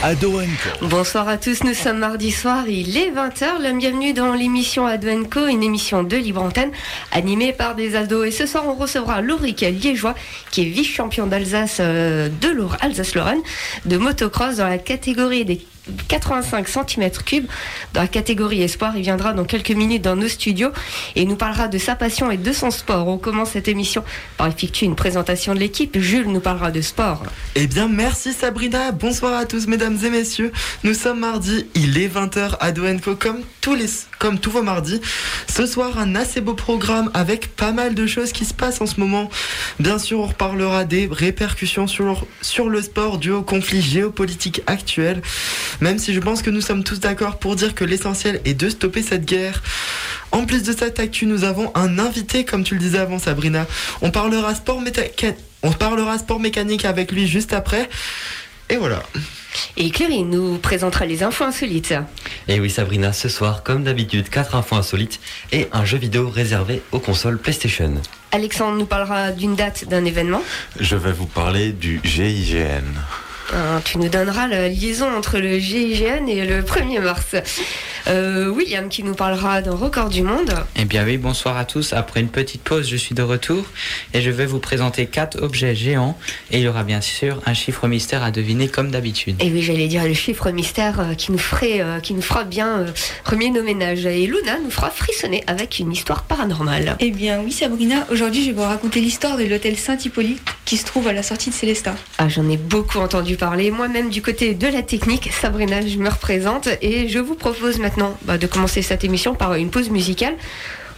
Ado & Co. Bonsoir à tous, nous sommes mardi soir, il est 20h, bienvenue dans l'émission Ado & Co, une émission de libre antenne animée par des ados. Et ce soir on recevra Lorik Liégeois qui est vice-champion d'Alsace Alsace-Lorraine de motocross dans la catégorie des 85 cm3 dans la catégorie espoir. Il viendra dans quelques minutes dans nos studios et il nous parlera de sa passion et de son sport. On commence cette émission par effectuer une présentation de l'équipe. Jules nous parlera de sport. Eh bien merci Sabrina, bonsoir à tous mesdames et messieurs. Nous sommes mardi, il est 20h à Ado & Co comme tous vos mardis. Ce soir un assez beau programme avec pas mal de choses qui se passent en ce moment. Bien sûr on reparlera des répercussions sur le sport dû au conflit géopolitique actuel. Même si je pense que nous sommes tous d'accord pour dire que l'essentiel est de stopper cette guerre. En plus de cette actu, nous avons un invité, comme tu le disais avant Sabrina. On parlera sport mécanique avec lui juste après. Et voilà. Et Cléry nous présentera les infos insolites. Et oui Sabrina, ce soir, comme d'habitude, 4 infos insolites et un jeu vidéo réservé aux consoles PlayStation. Alexandre nous parlera d'une date d'un événement. Je vais vous parler du GIGN. Tu nous donneras la liaison entre le GIGN et le 1er mars. William qui nous parlera d'un record du monde. Eh bien oui, bonsoir à tous. Après une petite pause, je suis de retour et je vais vous présenter 4 objets géants. Et il y aura bien sûr un chiffre mystère à deviner comme d'habitude. Et oui, j'allais dire le chiffre mystère qui nous fera bien remuer nos ménages. Et Luna nous fera frissonner avec une histoire paranormale. Eh bien oui Sabrina, aujourd'hui je vais vous raconter l'histoire de l'hôtel Saint-Hippolyte qui se trouve à la sortie de Célestat. Ah, j'en ai beaucoup entendu parler. Moi-même du côté de la technique, Sabrina, je me représente et je vous propose maintenant de commencer cette émission par une pause musicale. Lazara ?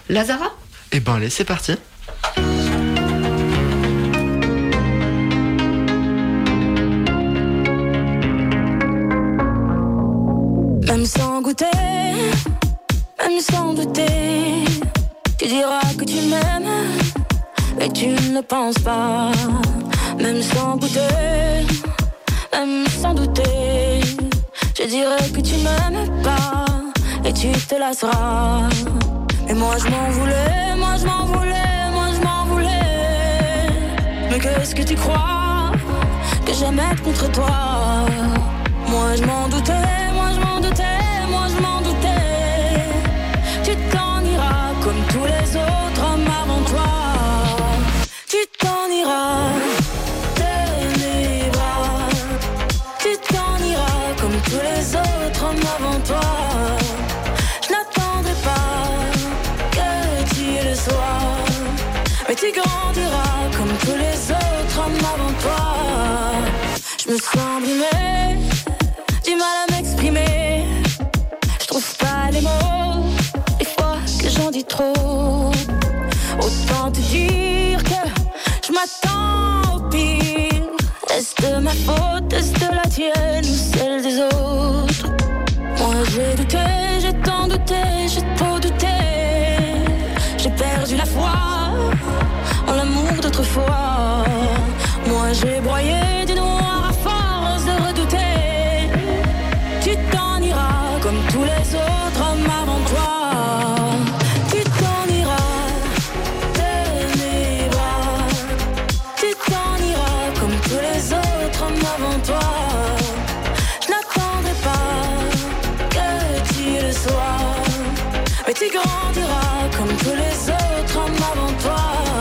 Eh ben allez, c'est parti. Même sans goûter, même sans douter, tu diras que tu m'aimes, mais tu ne le penses pas. Même sans goûter, même sans douter, je dirais que tu m'aimes pas et tu te lasseras. Mais moi je m'en voulais, moi je m'en voulais, moi je m'en voulais. Mais qu'est-ce que tu crois que j'aimais contre toi? Moi je m'en doutais, moi je m'en doutais, moi je m'en doutais. Tu t'en iras comme tous les autres hommes avant toi. Tu t'en iras de mes bras. Tu t'en iras comme tous les autres hommes avant toi. Je n'attendrai pas que tu le sois, mais tu grandiras comme tous les autres hommes avant toi. Je me sens brûlée, du mal à m'exprimer. Je trouve pas les mots, des fois que j'en dis trop. Autant te dire que je m'attends au pire. Est-ce de ma faute, est-ce de la tienne ou celle des autres? Moi j'ai douté, j'ai tant douté, j'ai trop douté. J'ai perdu la foi en l'amour d'autrefois. Moi j'ai broyé du noir à force de redouter. Tu t'en iras comme tous les autres hommes avant toi. Tu t'en iras de mes bras. Tu t'en iras comme tous les autres hommes avant toi. Je n'attendrai pas que tu le sois, mais tu grandiras comme tous les autres hommes avant toi.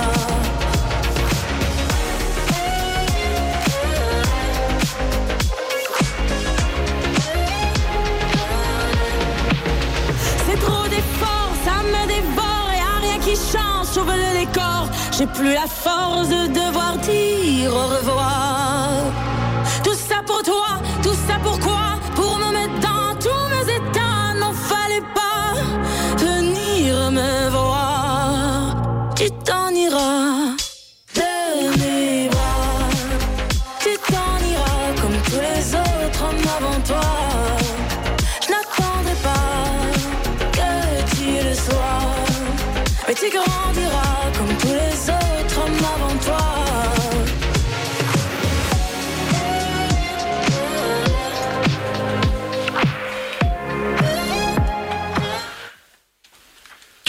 Sauve le décor, j'ai plus la force de devoir dire au revoir. Tout ça pour toi, tout ça pourquoi? Pour me mettre dans tous mes états, n'en fallait pas venir me voir. Tu t'en iras de mes bras. Tu t'en iras comme tous les autres hommes avant toi. Je n'attendrai pas que tu le sois, mais tu grandiras comme tous les autres hommes avant toi.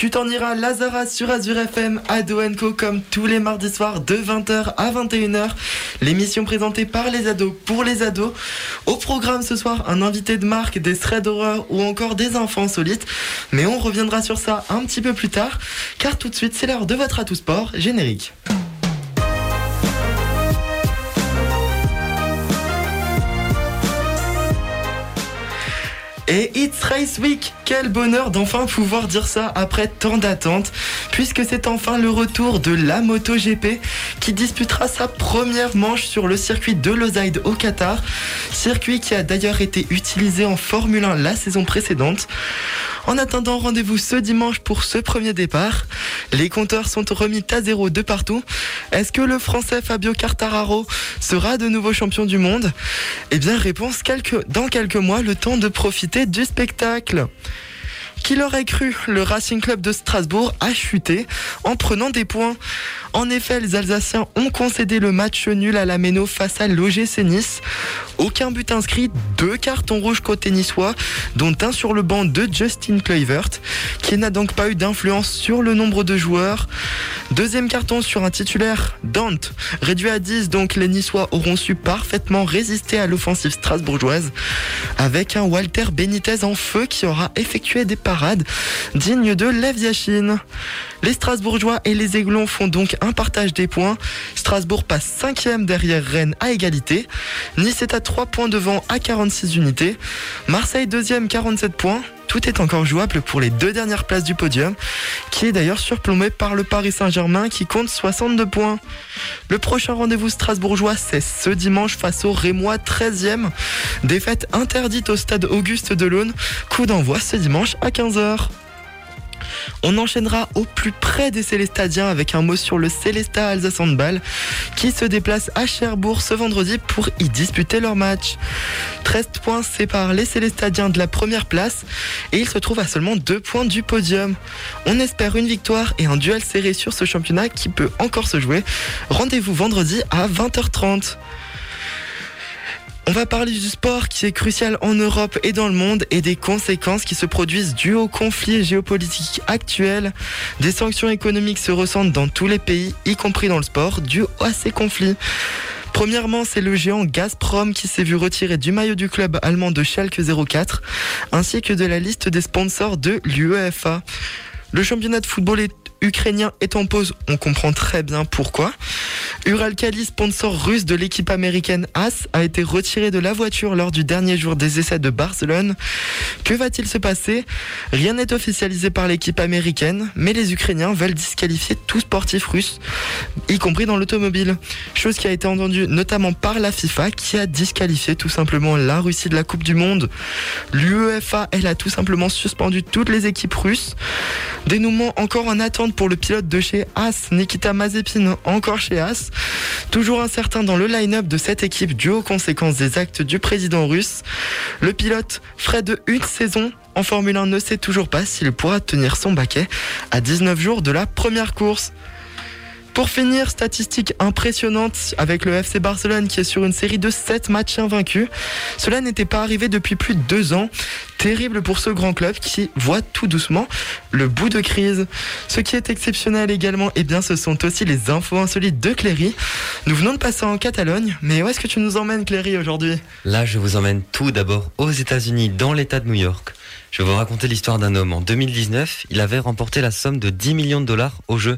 Tu t'en iras, Lazara sur Azure FM, Ado & Co, comme tous les mardis soirs de 20h à 21h. L'émission présentée par les ados pour les ados. Au programme ce soir, un invité de marque, des threads d'horreur ou encore des infos insolites. Mais on reviendra sur ça un petit peu plus tard, car tout de suite c'est l'heure de votre Atout Sport générique. Et It's Race Week, quel bonheur d'enfin pouvoir dire ça après tant d'attentes, puisque c'est enfin le retour de la MotoGP qui disputera sa première manche sur le circuit de Losail au Qatar, circuit qui a d'ailleurs été utilisé en Formule 1 la saison précédente. En attendant, rendez-vous ce dimanche pour ce premier départ. Les compteurs sont remis à zéro de partout. Est-ce que le Français Fabio Quartararo sera de nouveau champion du monde ? Eh bien, réponse dans quelques mois, le temps de profiter du spectacle. Qui l'aurait cru ? Le Racing Club de Strasbourg a chuté en prenant des points. En effet, les Alsaciens ont concédé le match nul à la Méno face à l'OGC Nice. Aucun but inscrit, 2 cartons rouges côté niçois, dont un sur le banc de Justin Kluivert, qui n'a donc pas eu d'influence sur le nombre de joueurs. Deuxième carton sur un titulaire, Dante, réduit à 10, donc les Niçois auront su parfaitement résister à l'offensive strasbourgeoise, avec un Walter Benitez en feu qui aura effectué des parades dignes de Lev Yachine. Les Strasbourgeois et les Aiglons font donc un partage des points. Strasbourg passe 5e derrière Rennes à égalité. Nice est à 3 points devant à 46 unités. Marseille 2e, 47 points. Tout est encore jouable pour les 2 dernières places du podium, qui est d'ailleurs surplombé par le Paris Saint-Germain qui compte 62 points. Le prochain rendez-vous strasbourgeois, c'est ce dimanche face au Rémois 13e. Défaite interdite au stade Auguste Delaune. Coup d'envoi ce dimanche à 15h. On enchaînera au plus près des Célestadiens avec un mot sur le Célestat Alsace Handball qui se déplace à Cherbourg ce vendredi pour y disputer leur match. 13 points séparent les Célestadiens de la première place et ils se trouvent à seulement 2 points du podium. On espère une victoire et un duel serré sur ce championnat qui peut encore se jouer. Rendez-vous vendredi à 20h30. On va parler du sport qui est crucial en Europe et dans le monde et des conséquences qui se produisent dues au conflit géopolitique actuel. Des sanctions économiques se ressentent dans tous les pays, y compris dans le sport, dues à ces conflits. Premièrement, c'est le géant Gazprom qui s'est vu retirer du maillot du club allemand de Schalke 04, ainsi que de la liste des sponsors de l'UEFA. Le championnat de football ukrainien est en pause, on comprend très bien pourquoi. Uralkali, sponsor russe de l'équipe américaine As, a été retiré de la voiture lors du dernier jour des essais de Barcelone. Que va-t-il se passer ? Rien n'est officialisé par l'équipe américaine, mais les Ukrainiens veulent disqualifier tout sportif russe, y compris dans l'automobile. Chose qui a été entendue notamment par la FIFA, qui a disqualifié tout simplement la Russie de la Coupe du Monde. L'UEFA, elle a tout simplement suspendu toutes les équipes russes. Dénouement encore en attente pour le pilote de chez As, Nikita Mazepin, encore chez As. Toujours incertain dans le line-up de cette équipe dû aux conséquences des actes du président russe. Le pilote, frais de une saison en Formule 1, ne sait toujours pas s'il pourra tenir son baquet à 19 jours de la première course. Pour finir, statistique impressionnante avec le FC Barcelone qui est sur une série de 7 matchs invaincus. Cela n'était pas arrivé depuis plus de 2 ans. Terrible pour ce grand club qui voit tout doucement le bout de crise. Ce qui est exceptionnel également, eh bien, ce sont aussi les infos insolites de Cléry. Nous venons de passer en Catalogne, mais où est-ce que tu nous emmènes, Cléry, aujourd'hui ? Là, je vous emmène tout d'abord aux États-Unis, dans l'État de New York. Je vais vous raconter l'histoire d'un homme. En 2019, il avait remporté la somme de 10 millions de dollars au jeu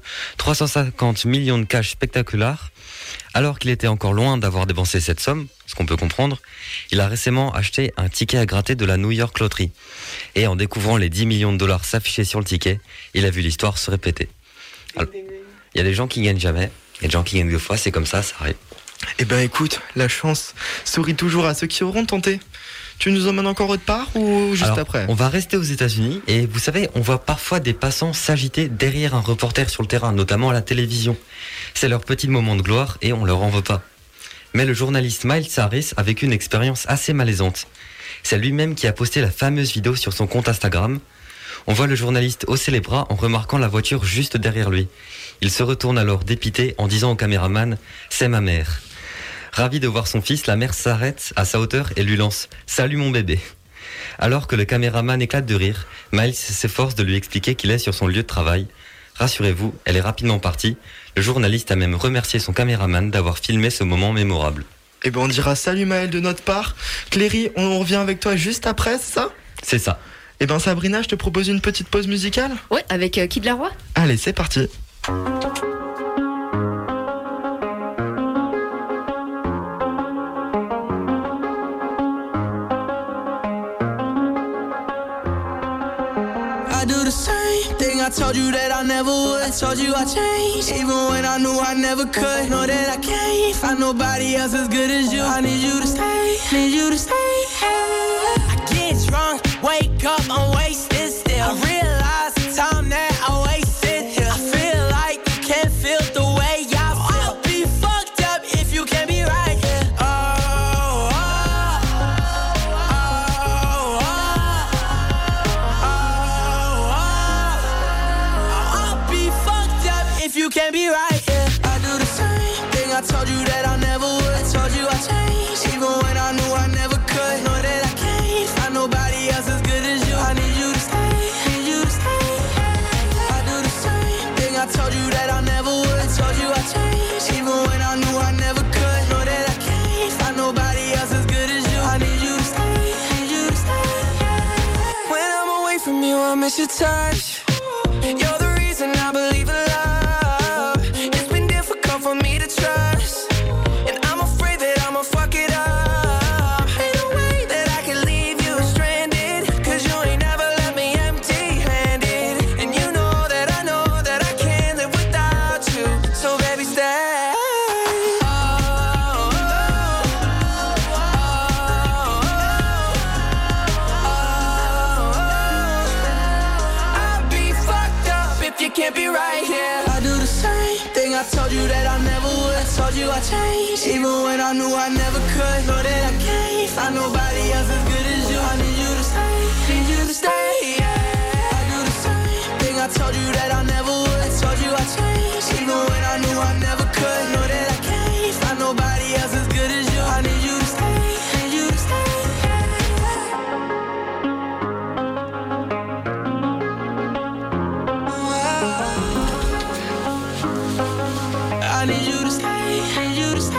350 millions de cash spectaculaires. Alors qu'il était encore loin d'avoir dépensé cette somme, ce qu'on peut comprendre, il a récemment acheté un ticket à gratter de la New York Lottery. Et en découvrant les 10 millions de dollars s'afficher sur le ticket, il a vu l'histoire se répéter. Alors, il y a des gens qui gagnent jamais, il y a des gens qui gagnent 2 fois, c'est comme ça arrive. Eh ben écoute, la chance sourit toujours à ceux qui auront tenté. Tu nous emmènes encore autre part ou juste Alors, après ? On va rester aux États-Unis et vous savez, on voit parfois des passants s'agiter derrière un reporter sur le terrain, notamment à la télévision. C'est leur petit moment de gloire et on leur en veut pas. Mais le journaliste Miles Harris a vécu une expérience assez malaisante. C'est lui-même qui a posté la fameuse vidéo sur son compte Instagram. On voit le journaliste hausser les bras en remarquant la voiture juste derrière lui. Il se retourne alors dépité en disant au caméraman « C'est ma mère ». Ravi de voir son fils, la mère s'arrête à sa hauteur et lui lance « Salut mon bébé ». Alors que le caméraman éclate de rire, Miles s'efforce de lui expliquer qu'il est sur son lieu de travail. Rassurez-vous, elle est rapidement partie. Le journaliste a même remercié son caméraman d'avoir filmé ce moment mémorable. Eh ben on dira salut Maël de notre part. Cléry, on revient avec toi juste après, c'est ça ? C'est ça. Eh ben Sabrina, je te propose une petite pause musicale ? Ouais, avec Kid Laroi. Allez, c'est parti. I do the same thing I told you that I never would. I told you I changed, even when I knew I never could. Know that I can't find nobody else as good as you. I need you to stay, need you to stay. I get drunk, wake up, I'm wasted still. I realize the time that I wasted here. I feel like you can't feel the way I feel. I'll be fucked up if you can't be right here. You can't be right, yeah. I do the same thing I told you that I never would. I told you I changed, even when I knew I never could. Know that I can't find nobody else as good as you. I need you to stay, need you to stay. I do the same thing I told you that I never would. I told you I changed, even when I knew I never could. Know that I can't find nobody else as good as you. I need you to stay, need you to stay. When I'm away from you, I miss your touch. You're the reason I believe in love. For me to trust, and I'm afraid that I'ma fuck it up. Ain't no way that I can leave you stranded, cause you ain't never left me empty-handed. And you know that I can't live without you. So baby stay. I'd be fucked up if you can't be right here. I do the same thing I told you that I never would. I told you I changed, even when I knew I never could. Know that I can't find nobody else as good as you. I need you to stay, need you to stay, yeah. I do the same thing I told you that I never would. I told you I changed, even when I knew I never could. Know that I can't find nobody else as good as you. I need you to stay, need you to stay. I need you to stay, need you to stay.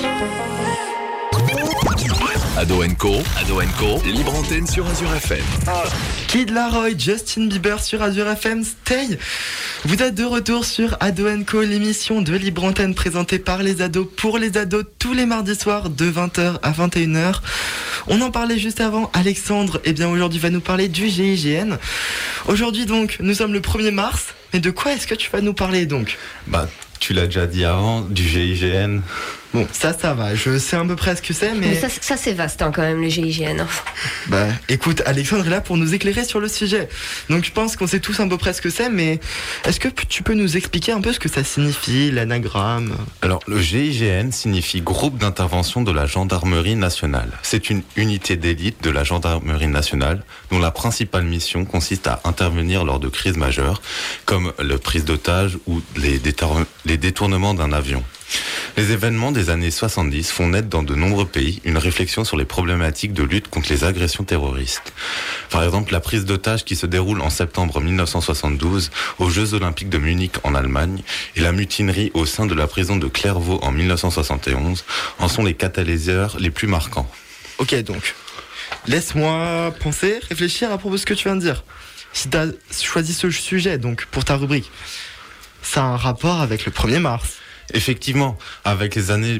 Ado & Co, libre antenne sur Azure FM. Kid Laroi, Justin Bieber sur Azure FM, stay. Vous êtes de retour sur Ado & Co, l'émission de libre antenne présentée par les ados pour les ados tous les mardis soirs de 20h à 21h. On en parlait juste avant, Alexandre, eh bien aujourd'hui va nous parler du GIGN. Aujourd'hui donc, nous sommes le 1er mars, mais de quoi est-ce que tu vas nous parler donc ? Tu l'as déjà dit avant, du GIGN. Bon, ça va, je sais à peu près ce que c'est, mais ça c'est vaste quand même, le GIGN. Écoute, Alexandre est là pour nous éclairer sur le sujet. Donc je pense qu'on sait tous à peu près ce que c'est, mais est-ce que tu peux nous expliquer un peu ce que ça signifie, l'anagramme ? Alors, le GIGN signifie Groupe d'intervention de la Gendarmerie nationale. C'est une unité d'élite de la Gendarmerie nationale dont la principale mission consiste à intervenir lors de crises majeures, comme la prise d'otages ou les détournements d'un avion. Les événements des années 70 font naître dans de nombreux pays une réflexion sur les problématiques de lutte contre les agressions terroristes. Par exemple, la prise d'otages qui se déroule en septembre 1972 aux Jeux Olympiques de Munich en Allemagne et la mutinerie au sein de la prison de Clairvaux en 1971 en sont les catalyseurs les plus marquants. Ok, donc, laisse-moi penser, réfléchir à propos de ce que tu viens de dire. Si tu as choisi ce sujet donc pour ta rubrique, ça a un rapport avec le 1er mars. Effectivement, avec les années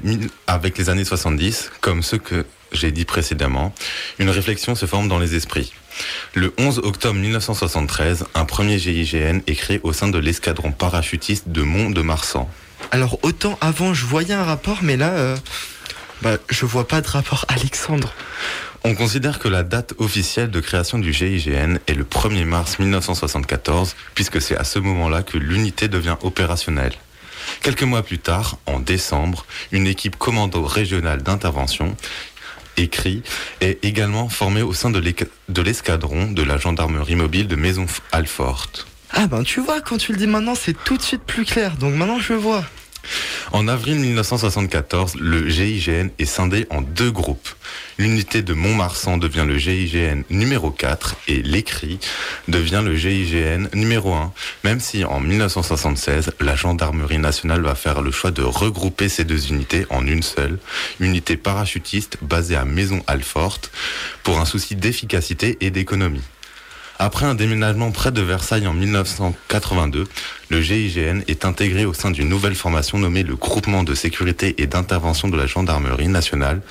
70, comme ceux que j'ai dit précédemment, une réflexion se forme dans les esprits. Le 11 octobre 1973, un premier GIGN est créé au sein de l'escadron parachutiste de Mont-de-Marsan. Alors autant avant je voyais un rapport, mais là, je vois pas de rapport, Alexandre. On considère que la date officielle de création du GIGN est le 1er mars 1974, puisque c'est à ce moment-là que l'unité devient opérationnelle. Quelques mois plus tard, en décembre, une équipe commando régionale d'intervention est également formée au sein de l'escadron de la gendarmerie mobile de Maison-Alfort. Ah tu vois, quand tu le dis maintenant, c'est tout de suite plus clair, donc maintenant je vois. En avril 1974, le GIGN est scindé en 2 groupes. L'unité de Mont-Marsan devient le GIGN numéro 4 et l'Écrit devient le GIGN numéro 1, même si en 1976, la Gendarmerie nationale va faire le choix de regrouper ces 2 unités en une seule, unité parachutiste basée à Maison-Alfort, pour un souci d'efficacité et d'économie. Après un déménagement près de Versailles en 1982, le GIGN est intégré au sein d'une nouvelle formation nommée le Groupement de sécurité et d'intervention de la Gendarmerie nationale,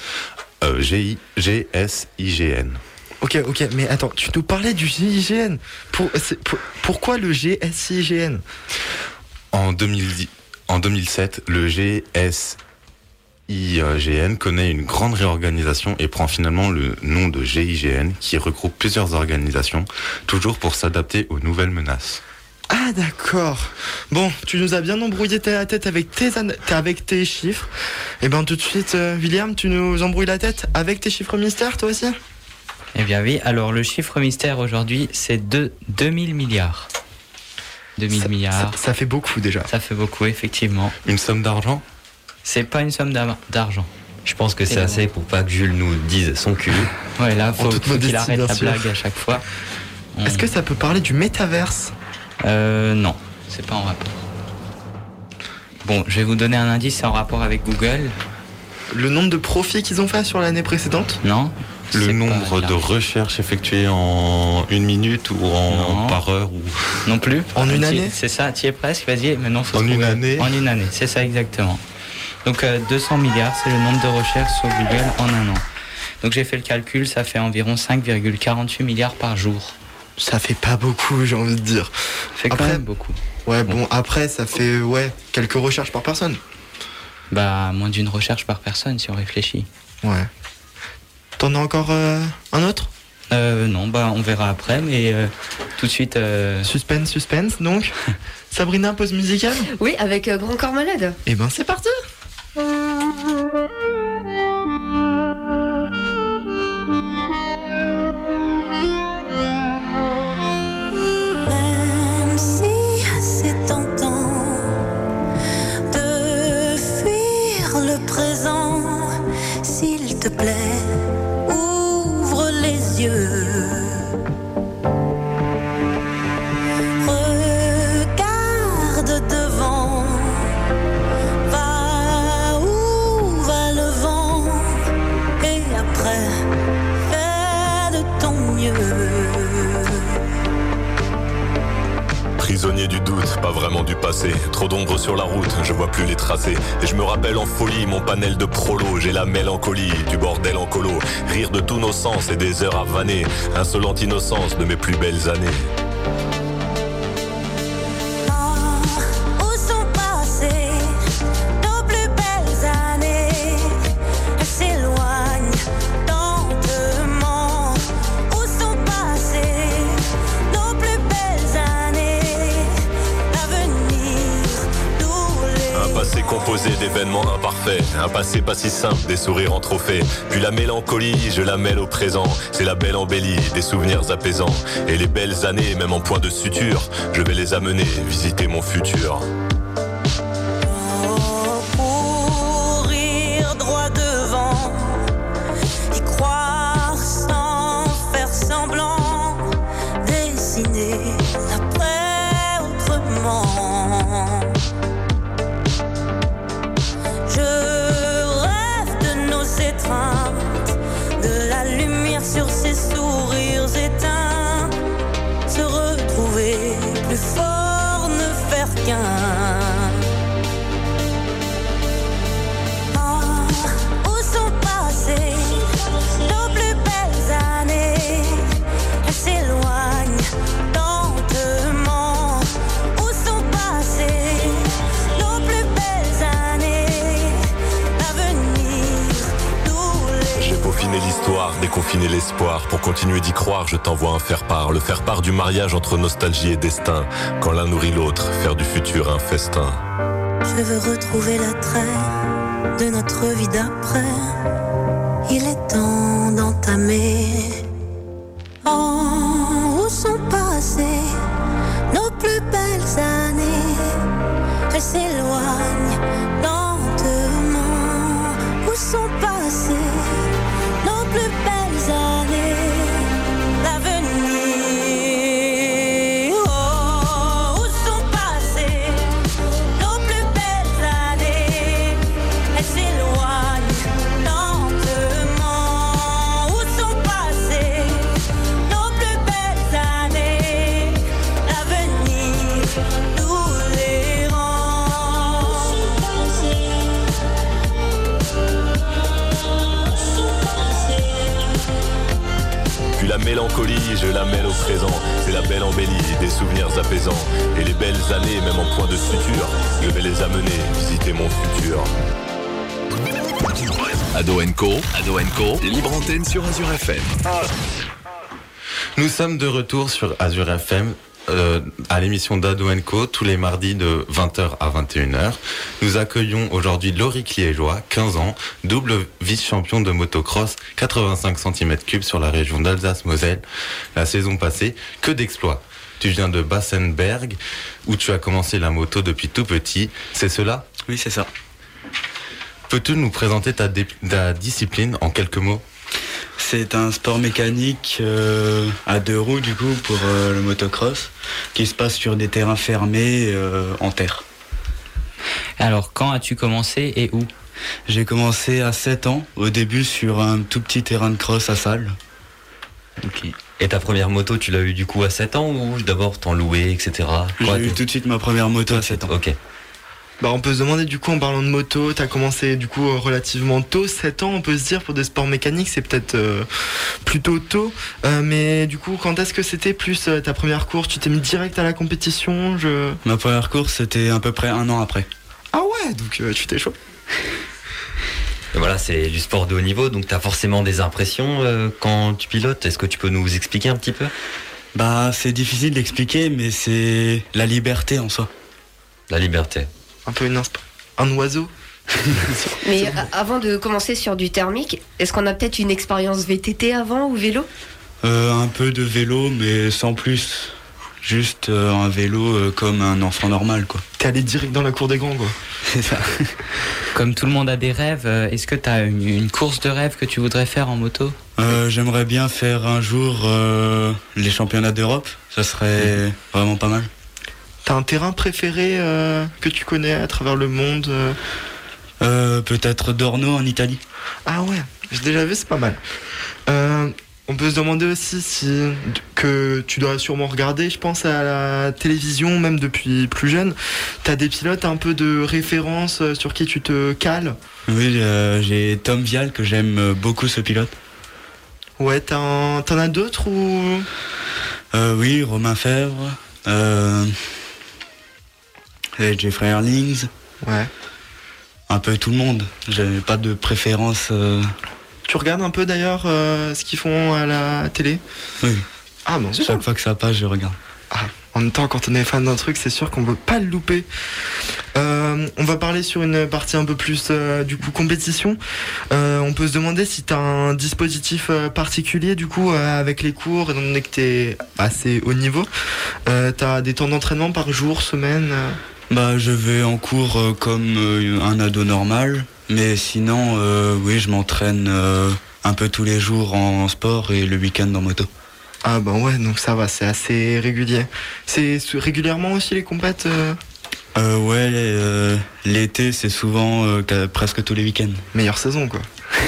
GSIGN. Ok, mais attends, tu nous parlais du GIGN. Pourquoi le GSIGN ? En 2007, le GSIGN connaît une grande réorganisation et prend finalement le nom de GIGN, qui regroupe plusieurs organisations, toujours pour s'adapter aux nouvelles menaces. Ah d'accord. Bon, tu nous as bien embrouillé la tête avec tes chiffres. Et ben tout de suite, William, tu nous embrouilles la tête avec tes chiffres mystères, toi aussi ? Eh bien oui, alors le chiffre mystère aujourd'hui, c'est 2000 milliards. 2000 milliards. Ça fait beaucoup déjà. Ça fait beaucoup, effectivement. Une somme d'argent ? C'est pas une somme d'argent. Je pense que c'est assez pour pas que Jules nous dise son cul. Ouais, là, faut qu'il arrête la blague à chaque fois. Est-ce que ça peut parler du métaverse ? Non, c'est pas en rapport. Bon, je vais vous donner un indice, c'est en rapport avec Google. Le nombre de profits qu'ils ont fait sur l'année précédente ? Non. Le nombre de recherches effectuées en 1 minute ou par heure ou... Non plus. En une année ? C'est ça, tu y es presque, vas-y, maintenant faut En une année ? En une année, c'est ça exactement. Donc 200 milliards, c'est le nombre de recherches sur Google en un an. Donc j'ai fait le calcul, ça fait environ 5,48 milliards par jour. Ça fait pas beaucoup, j'ai envie de dire. Ça fait quand même beaucoup. Ouais, bon, après, ça fait quelques recherches par personne. Bah, moins d'une recherche par personne, si on réfléchit. Ouais. T'en as encore un autre ? Non, bah, on verra après, mais tout de suite... Suspense, donc. Sabrina, pause musicale ? Oui, avec Grand Corps Malade. Eh ben, c'est parti ! S'il te plaît, ouvre les yeux. Regarde devant, va où va le vent, et après, fais de ton mieux. Prisonnier du doute, pas vraiment du passé. Trop d'ombre sur la route, je vois plus les tracés. Et je me rappelle en folie mon panel de prolo. J'ai la mélancolie du bordel en colo. Rire de tous nos sens et des heures à vanner. Insolente innocence de mes plus belles années. Composé d'événements imparfaits, un passé pas si simple, des sourires en trophée. Puis la mélancolie, je la mêle au présent. C'est la belle embellie, des souvenirs apaisants. Et les belles années, même en point de suture, je vais les amener visiter mon futur. Courir droit devant, y croire sans faire semblant, dessiner l'après autrement. De la lumière sur ses sourires éteints, se retrouver plus fort, ne faire qu'un. Où sont passées nos plus belles années? Elles s'éloignent lentement. Où sont passées nos plus belles années? L'avenir. J'ai peaufiné l'histoire, déconfiné l'espoir. Pour continuer d'y croire, je t'envoie un faire-part. Le faire-part du mariage entre nostalgie et destin. Quand l'un nourrit l'autre, faire du futur un festin. Je veux retrouver l'attrait de notre vie d'après. Il est temps d'entamer. Oh, où sont passées nos plus belles années? Elles s'éloignent la mélancolie, je la mêle au présent. C'est la belle embellie, des souvenirs apaisants. Et les belles années, même en point de suture, je vais les amener visiter mon futur. Ado & Co, libre antenne sur Azure FM. Nous sommes de retour sur Azure FM à l'émission d'Ado & Co tous les mardis de 20h à 21h. Nous accueillons aujourd'hui Lauric Liégeois, 15 ans, double vice-champion de motocross 85 cm3 sur la région d'Alsace-Moselle. La saison passée, que d'exploits. Tu viens de Bassenberg où tu as commencé la moto depuis tout petit, c'est cela ? Oui, c'est ça. Peux-tu nous présenter ta discipline en quelques mots ? C'est un sport mécanique à 2 roues du coup pour le motocross qui se passe sur des terrains fermés en terre. Alors, quand as-tu commencé et où ? J'ai commencé à 7 ans, au début sur un tout petit terrain de cross à Salles. Okay. Et ta première moto, tu l'as eu du coup à 7 ans ou d'abord t'en louais, etc. J'ai eu tout de suite ma première moto à 7 ans. Ok. Bah, on peut se demander du coup en parlant de moto, t'as commencé du coup relativement tôt, 7 ans on peut se dire pour des sports mécaniques c'est peut-être plutôt tôt, mais du coup quand est-ce que c'était plus ta première course, tu t'es mis direct à la compétition Ma première course c'était à peu près 1 an après. Ah ouais, donc tu t'es chaud. Et voilà, c'est du sport de haut niveau, donc t'as forcément des impressions quand tu pilotes, est-ce que tu peux nous expliquer un petit peu ? Bah c'est difficile d'expliquer mais c'est la liberté en soi. La liberté. Un peu un oiseau. Mais avant de commencer sur du thermique, est-ce qu'on a peut-être une expérience VTT avant ou vélo ? Un peu de vélo, mais sans plus. Juste un vélo comme un enfant normal, quoi. T'es allé direct dans la cour des grands, quoi. C'est ça. Comme tout le monde a des rêves, est-ce que t'as une course de rêve que tu voudrais faire en moto ? J'aimerais bien faire un jour les championnats d'Europe. Ça serait vraiment pas mal. T'as un terrain préféré que tu connais à travers le monde Peut-être Dorno en Italie. Ah ouais, j'ai déjà vu, c'est pas mal. On peut se demander aussi que tu dois sûrement regarder, je pense, à la télévision, même depuis plus jeune. T'as des pilotes un peu de référence sur qui tu te cales ? Oui, j'ai Tom Vial que j'aime beaucoup, ce pilote. Ouais, t'en as d'autres ou Oui, Romain Fèvre. Jeffrey Erlings. Ouais. Un peu tout le monde. J'ai pas de préférence. Tu regardes un peu d'ailleurs ce qu'ils font à la télé ? Oui. Ah bon. Chaque fois que ça passe, je regarde. Ah, en même temps, quand on est fan d'un truc, c'est sûr qu'on veut pas le louper. On va parler sur une partie un peu plus du coup compétition. On peut se demander si t'as un dispositif particulier du coup avec les cours, étant donné que t'es assez haut niveau. T'as des temps d'entraînement par jour, semaine Bah, je vais en cours comme un ado normal, mais sinon, oui, je m'entraîne un peu tous les jours en sport et le week-end en moto. Ah bah ouais, donc ça va, c'est assez régulier. C'est régulièrement aussi les compètes Ouais, l'été c'est souvent presque tous les week-ends. Meilleure saison quoi.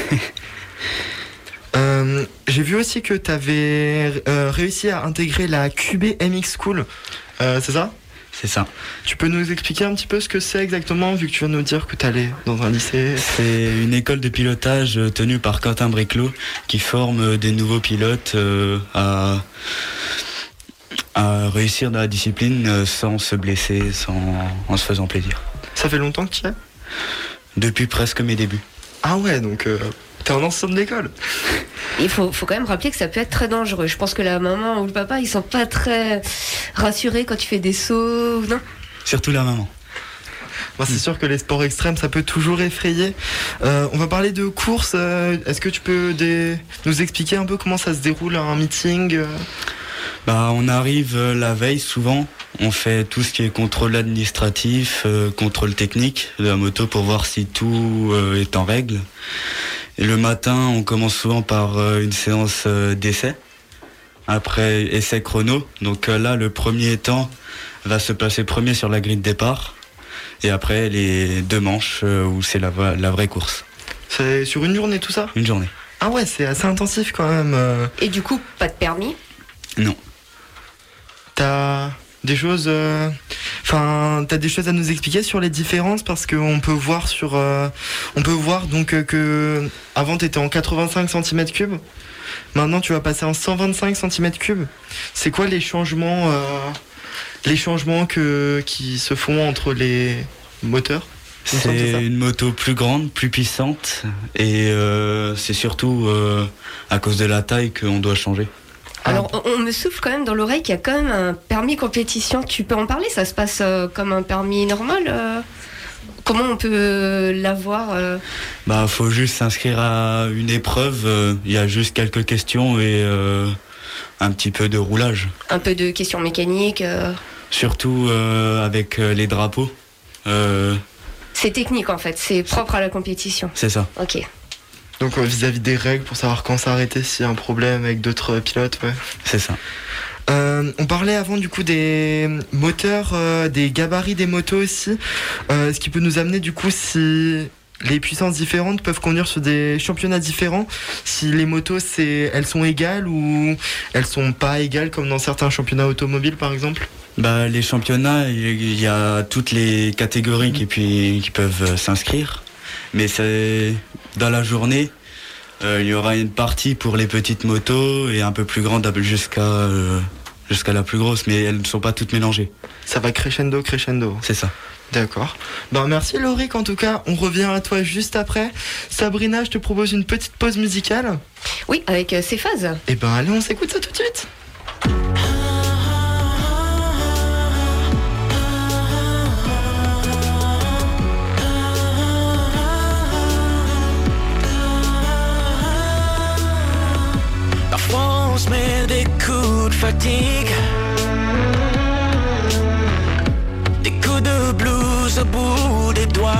J'ai vu aussi que t'avais réussi à intégrer la QB MX School, c'est ça ? C'est ça. Tu peux nous expliquer un petit peu ce que c'est exactement, vu que tu viens de nous dire que tu allais dans un lycée ? C'est une école de pilotage tenue par Quentin Briclot qui forme des nouveaux pilotes à réussir dans la discipline sans se blesser, en se faisant plaisir. Ça fait longtemps que tu y es ? Depuis presque mes débuts. Ah ouais, donc t'es un ancien de l'école. Il faut quand même rappeler que ça peut être très dangereux. Je pense que la maman ou le papa, ils sont pas très rassurés quand tu fais des sauts, non ? Surtout la maman. Bon, c'est sûr que les sports extrêmes, ça peut toujours effrayer. On va parler de course. Est-ce que tu peux nous expliquer un peu comment ça se déroule un meeting ? Bah, on arrive la veille souvent. On fait tout ce qui est contrôle administratif, contrôle technique de la moto pour voir si tout est en règle. Et le matin, on commence souvent par une séance d'essai. Après, essai chrono. Donc là, le premier temps va se placer premier sur la grille de départ. Et après, les 2 manches où c'est la vraie course. C'est sur une journée tout ça ? Une journée. Ah ouais, c'est assez intensif quand même. Et du coup, pas de permis ? Non. T'as des choses... t'as des choses à nous expliquer sur les différences, parce qu'on peut voir donc que avant t'étais en 85 cm3 Maintenant, tu vas passer en 125 cm3. C'est quoi les changements qui se font entre les moteurs? C'est une moto plus grande, plus puissante, et c'est surtout à cause de la taille qu'on doit changer. Alors, on me souffle quand même dans l'oreille qu'il y a quand même un permis compétition. Tu peux en parler? Ça se passe comme un permis normal? Comment on peut l'avoir? Faut juste s'inscrire à une épreuve. Il y a juste quelques questions et un petit peu de roulage. Un peu de questions mécaniques. Surtout avec les drapeaux. C'est technique en fait, c'est propre à la compétition. C'est ça. Ok. Donc vis-à-vis des règles pour savoir quand s'arrêter s'il y a un problème avec d'autres pilotes, ouais. C'est ça. On parlait avant du coup des moteurs, des gabarits des motos aussi. Ce qui peut nous amener du coup si les puissances différentes peuvent conduire sur des championnats différents, si les motos elles sont égales ou elles sont pas égales comme dans certains championnats automobiles par exemple. Les championnats, il y a toutes les catégories qui peuvent s'inscrire, mais c'est dans la journée. Il y aura une partie pour les petites motos et un peu plus grande jusqu'à la plus grosse, mais elles ne sont pas toutes mélangées. Ça va crescendo. C'est ça. D'accord. Merci Lauric, en tout cas, on revient à toi juste après. Sabrina, je te propose une petite pause musicale. Oui, avec ces phases. Allez, on s'écoute ça tout de suite. On se met des coups de fatigue, des coups de blues au bout des doigts.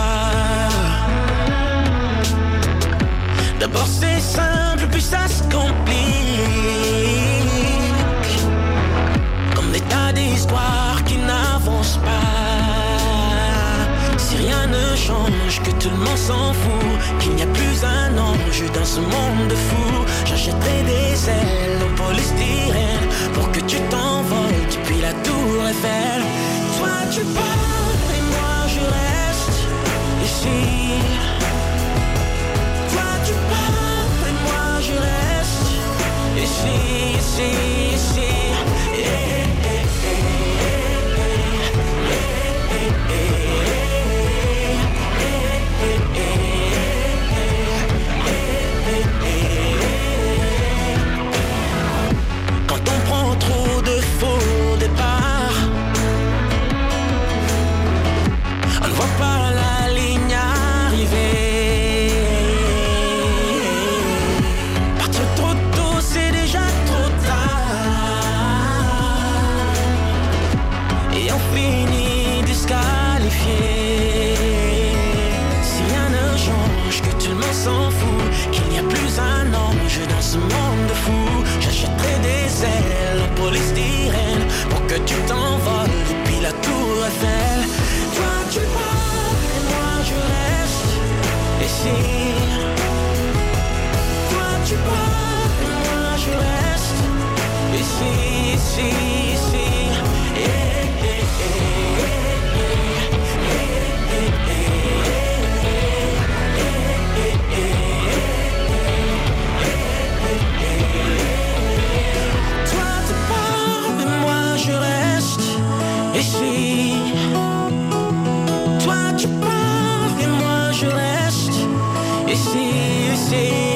D'abord c'est simple, puis ça se complique, comme des tas d'histoires qui n'avancent pas. Si rien ne change, que tout le monde s'en fout, qu'il n'y a plus un ange dans ce monde de fous, j'achèterai des ailes en polystyrène pour que tu t'envoles depuis la tour Eiffel. Toi tu pars et moi je reste ici. Toi tu pars et moi je reste ici. Trop de faux départs, on ne voit pas la ligne arriver. Partir trop tôt, c'est déjà trop tard, et on finit disqualifié. Si rien ne change, que tout le monde s'en fout, qu'il n'y a plus un ange dans ce monde de fous, j'achèterai des ailes en polystyrène pour que tu t'envoles depuis la tour Eiffel. Toi tu pars et moi je reste ici. Toi tu pars et moi je reste ici. Toi tu pars et moi je reste ici.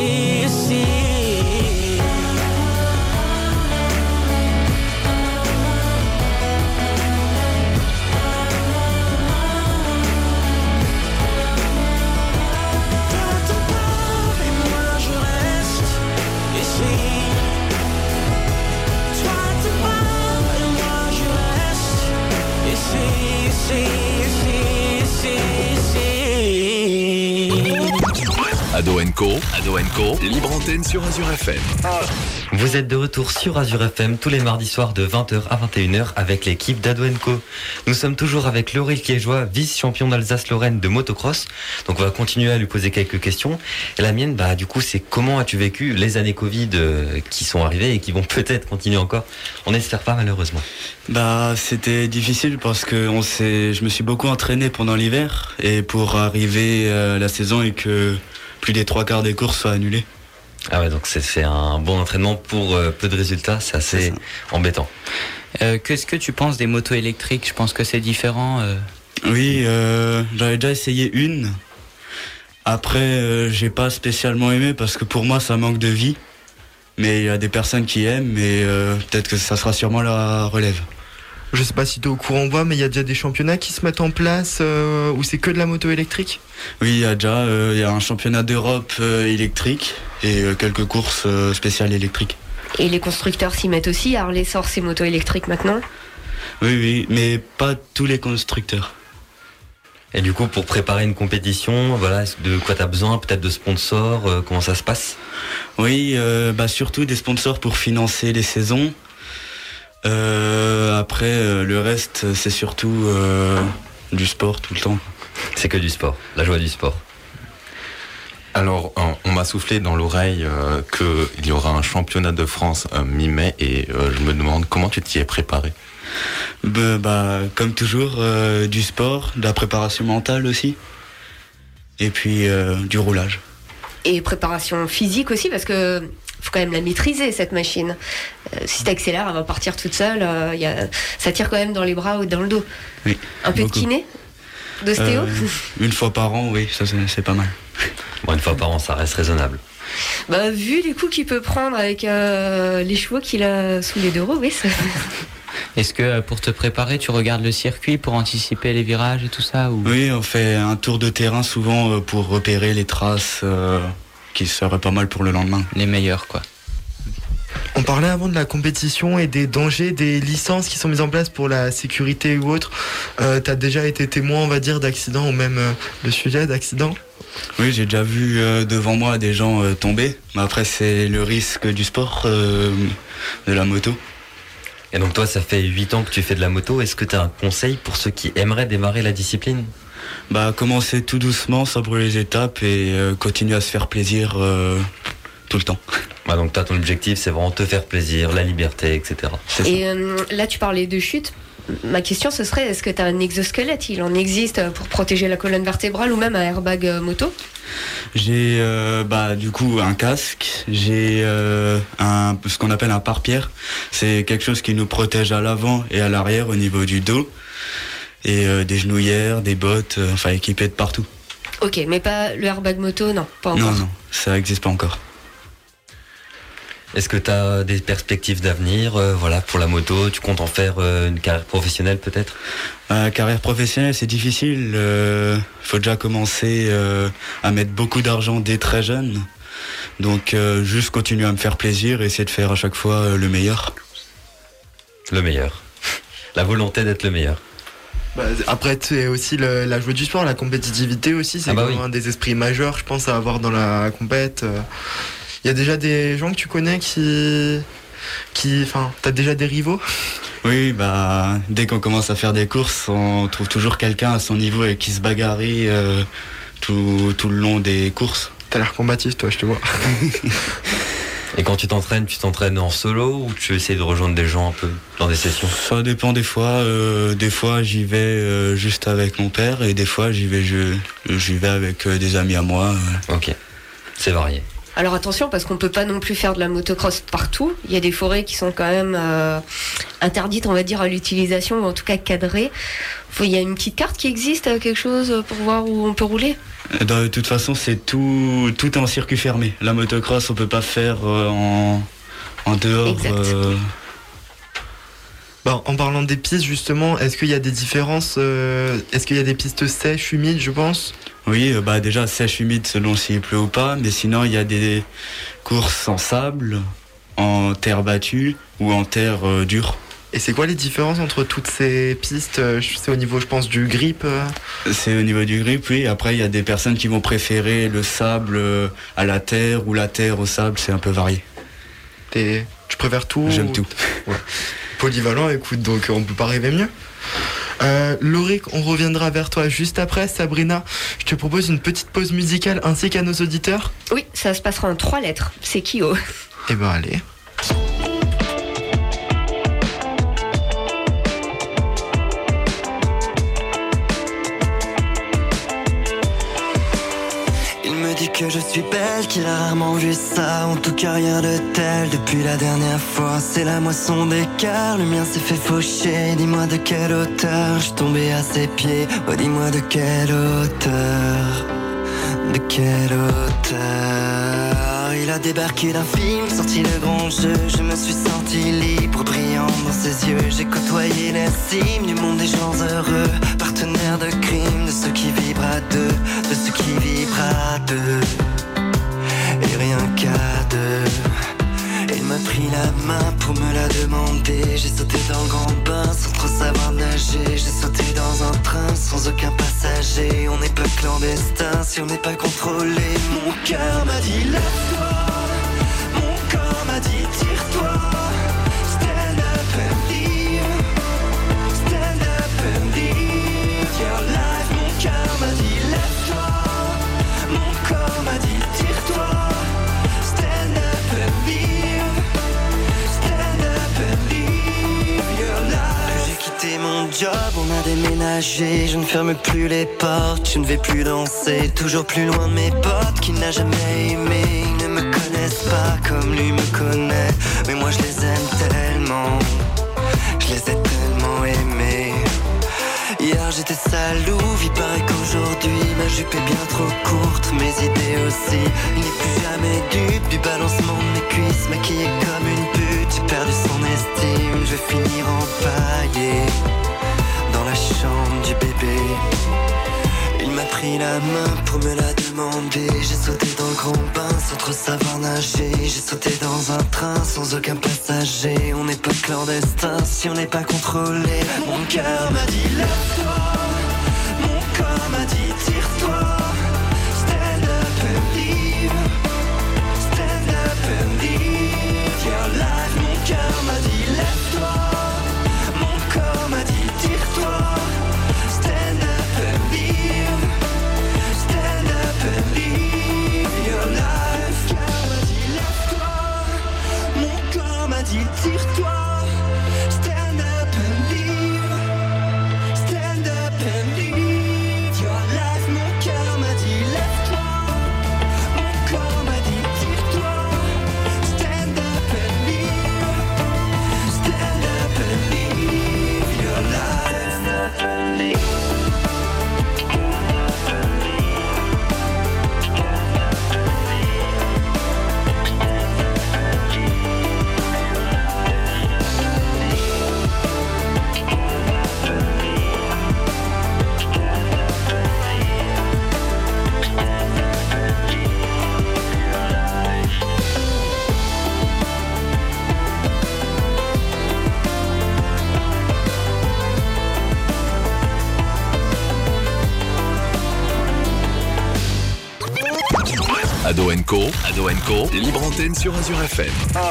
Ado & Co, libre antenne sur Azure FM. Vous êtes de retour sur Azure FM tous les mardis soirs de 20h à 21h avec l'équipe d'Ado & Co. Nous sommes toujours avec Lauric Liégeois, vice-champion d'Alsace-Lorraine de motocross. Donc on va continuer à lui poser quelques questions. Et la mienne, du coup, c'est comment as-tu vécu les années Covid qui sont arrivées et qui vont peut-être continuer encore? On n'espère pas malheureusement. C'était difficile parce que je me suis beaucoup entraîné pendant l'hiver et pour arriver à la saison et que plus des 3/4 des courses soient annulées. Ah ouais, donc c'est un bon entraînement pour peu de résultats, c'est assez embêtant. Qu'est-ce que tu penses des motos électriques? Je pense que c'est différent. Oui, j'avais déjà essayé une. Après, j'ai pas spécialement aimé parce que pour moi, ça manque de vie. Mais il y a des personnes qui aiment, mais peut-être que ça sera sûrement la relève. Je sais pas si tu es au courant, mais il y a déjà des championnats qui se mettent en place où c'est que de la moto électrique? Oui, il y a déjà il y a un championnat d'Europe électrique et quelques courses spéciales électriques. Et les constructeurs s'y mettent aussi. Harley sort ses motos électriques maintenant. Oui, mais pas tous les constructeurs. Et du coup, pour préparer une compétition, voilà, de quoi tu as besoin? Peut-être de sponsors? Comment ça se passe? Oui, surtout des sponsors pour financer les saisons. Après, le reste, c'est surtout du sport tout le temps. C'est que du sport, la joie du sport. Alors, on m'a soufflé dans l'oreille qu'il y aura un championnat de France mi-mai et je me demande comment tu t'y es préparé. Comme toujours, du sport, de la préparation mentale aussi, et puis du roulage. Et préparation physique aussi, parce que faut quand même la maîtriser, cette machine. Si t'accélères, elle va partir toute seule. Ça tire quand même dans les bras ou dans le dos. Oui. Un peu de kiné, d'ostéo. Une fois par an, oui, ça c'est pas mal. Bon, une fois par an, ça reste raisonnable. Vu les coups qu'il peut prendre avec les chevaux qu'il a sous les deux roues, oui. Est-ce que pour te préparer, tu regardes le circuit pour anticiper les virages et tout ça ou... Oui, on fait un tour de terrain souvent pour repérer les traces qui seraient pas mal pour le lendemain. Les meilleurs, quoi. On parlait avant de la compétition et des dangers, des licences qui sont mises en place pour la sécurité ou autre. T'as déjà été témoin, on va dire, d'accidents ou même le sujet d'accidents? Oui, j'ai déjà vu devant moi des gens tomber. Mais après, c'est le risque du sport, de la moto. Et donc toi, ça fait 8 ans que tu fais de la moto. Est-ce que tu as un conseil pour ceux qui aimeraient démarrer la discipline? Commencer tout doucement, sans brûler les étapes et continuer à se faire plaisir tout le temps. Donc toi, ton objectif, c'est vraiment te faire plaisir, la liberté, etc. Et là, tu parlais de chute. Ma question, ce serait, est-ce que tu as un exosquelette? Il en existe pour protéger la colonne vertébrale ou même un airbag moto? J'ai du coup un casque, j'ai ce qu'on appelle un pare-pierre. C'est quelque chose qui nous protège à l'avant et à l'arrière au niveau du dos. Et des genouillères, des bottes, équipé de partout. Ok, mais pas le airbag moto, non, pas encore. Non, ça n'existe pas encore. Est-ce que tu as des perspectives d'avenir pour la moto? Tu comptes en faire une carrière professionnelle peut-être? Carrière professionnelle, c'est difficile. Faut déjà commencer à mettre beaucoup d'argent dès très jeune. Donc juste continuer à me faire plaisir et essayer de faire à chaque fois le meilleur. Le meilleur. La volonté d'être le meilleur. Après, c'est aussi la joie du sport, la compétitivité aussi. C'est un des esprits majeurs, je pense, à avoir dans la compète. Il y a déjà des gens que tu connais t'as déjà des rivaux? Oui, dès qu'on commence à faire des courses, on trouve toujours quelqu'un à son niveau et qui se bagarre tout le long des courses. T'as l'air combatif, toi, je te vois. Et quand tu t'entraînes en solo ou tu essaies de rejoindre des gens un peu dans des sessions? Ça dépend des fois. Des fois, j'y vais juste avec mon père et des fois, j'y vais avec des amis à moi. Ok, c'est varié. Alors attention, parce qu'on peut pas non plus faire de la motocross partout. Il y a des forêts qui sont quand même interdites, on va dire, à l'utilisation, ou en tout cas cadrées. Il y a une petite carte qui existe, quelque chose pour voir où on peut rouler? De toute façon, c'est tout est en circuit fermé. La motocross, on peut pas faire en dehors. Exact. En parlant des pistes, justement, est-ce qu'il y a des différences? Est-ce qu'il y a des pistes sèches, humides, je pense? Oui, déjà sèche, humide selon s'il pleut ou pas, mais sinon il y a des courses en sable, en terre battue ou en terre dure. Et c'est quoi les différences entre toutes ces pistes? C'est au niveau, je pense, du grip? C'est au niveau du grip, oui. Après, il y a des personnes qui vont préférer le sable à la terre ou la terre au sable, c'est un peu varié. Tu préfères tout? J'aime tout. Ouais. Polyvalent, écoute, donc on peut pas rêver mieux. Lauric, on reviendra vers toi juste après. Sabrina, je te propose une petite pause musicale ainsi qu'à nos auditeurs. Oui, ça se passera en 3 lettres. C'est Kyo. Allez. Il me dit que je suis belle, elle qu'il a rarement vu ça. En tout cas rien de tel depuis la dernière fois. C'est la moisson d'écart, le mien s'est fait faucher. Dis-moi de quelle hauteur je suis tombé à ses pieds. Oh dis-moi de quelle hauteur. De quelle hauteur. Il a débarqué d'un film, sorti le grand jeu. Je me suis senti libre, brillant dans ses yeux. J'ai côtoyé la cime du monde des gens heureux, partenaires de crime, de ceux qui vibrent à deux, de ceux qui vibrent à deux. Et rien qu'à deux. Il m'a pris la main pour me la demander. J'ai sauté dans le grand bain sans trop savoir nager. J'ai sauté dans un train sans aucun passager. On n'est pas clandestin si on n'est pas contrôlé. Mon cœur m'a dit lève-toi. Mon corps m'a dit tire-toi. Stand up and live. Stand up and live your life. Mon cœur m'a dit lève-toi. Mon corps m'a dit tire-toi. Stand up and live. J'ai mon job, on a déménagé. Je ne ferme plus les portes, je ne vais plus danser. Toujours plus loin de mes potes qui n'a jamais aimé. Ils ne me connaissent pas comme lui me connaît. Mais moi je les aime tellement. Je les ai tellement aimés. Hier j'étais salou, il paraît qu'aujourd'hui ma jupe est bien trop courte, mes idées aussi. Il n'est plus jamais dupe du balancement de mes cuisses. Maquillée comme une pute, j'ai perdu son estime. Je vais finir empaillé dans la chambre du bébé. Il m'a pris la main pour me la demander. J'ai sauté dans le grand bain sans trop savoir nager. J'ai sauté dans un train sans aucun passager. On n'est pas clandestin si on n'est pas contrôlé. Mon cœur m'a dit lève-toi. Mon corps m'a dit tire-toi. Stand up and live. Stand up and live your life. Mon cœur m'a dit lève-toi. Mon corps m'a dit tire-toi. Stand up and live. Stand up and live your life. Mon cœur m'a dit lève-toi. Mon corps m'a dit tire-toi. Stand up and live. Stand up and live your life. Mon cœur m'a dit lève-toi. Mon corps m'a dit tire-toi. Stand up and live. Stand up and live your life. Stand up and live. Ado & Co, libre antenne sur Azure FM.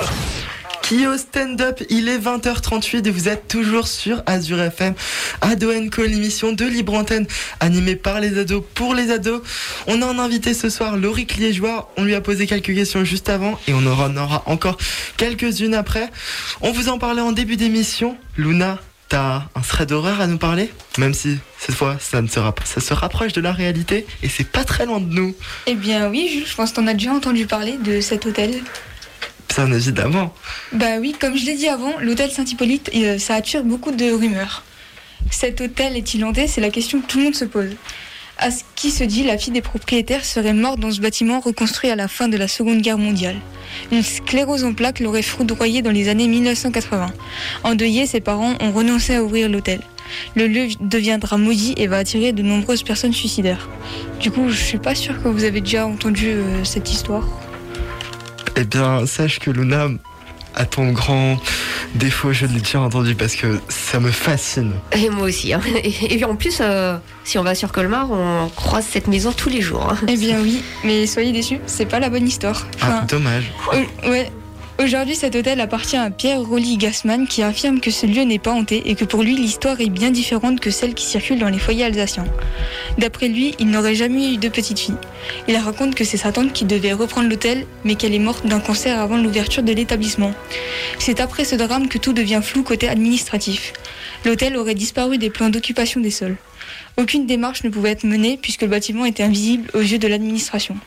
Kyo stand-up, il est 20h38 et vous êtes toujours sur Azure FM. Ado & Co, l'émission de libre antenne animée par les ados pour les ados. On a un invité ce soir, Lauric Liégeois. On lui a posé quelques questions juste avant et on en aura encore quelques-unes après. On vous en parlait en début d'émission. Luna, t'as un thread d'horreur à nous parler? Même si cette fois ça se rapproche de la réalité et c'est pas très loin de nous. Eh bien oui Jules, je pense que t'en as déjà entendu parler de cet hôtel. Bien évidemment. Bah oui, comme je l'ai dit avant, l'hôtel Saint-Hippolyte, ça attire beaucoup de rumeurs. Cet hôtel est-il hanté? C'est la question que tout le monde se pose. À ce qui se dit, la fille des propriétaires serait morte dans ce bâtiment reconstruit à la fin de la Seconde Guerre mondiale. Une sclérose en plaques l'aurait foudroyée dans les années 1980. Endeuillés, ses parents ont renoncé à ouvrir l'hôtel. Le lieu deviendra maudit et va attirer de nombreuses personnes suicidaires. Du coup, je suis pas sûre que vous avez déjà entendu cette histoire. Eh bien, sache que Luna, à ton grand défaut, je l'ai déjà entendu parce que ça me fascine. Et moi aussi. Hein. Et en plus, si on va sur Colmar, on croise cette maison tous les jours. Hein. Eh bien oui, mais soyez déçus, c'est pas la bonne histoire. Enfin, dommage. Ouais. Aujourd'hui, cet hôtel appartient à Pierre Rolly Gassman qui affirme que ce lieu n'est pas hanté et que pour lui, l'histoire est bien différente que celle qui circule dans les foyers alsaciens. D'après lui, il n'aurait jamais eu de petite fille. Il raconte que c'est sa tante qui devait reprendre l'hôtel, mais qu'elle est morte d'un cancer avant l'ouverture de l'établissement. C'est après ce drame que tout devient flou côté administratif. L'hôtel aurait disparu des plans d'occupation des sols. Aucune démarche ne pouvait être menée puisque le bâtiment était invisible aux yeux de l'administration.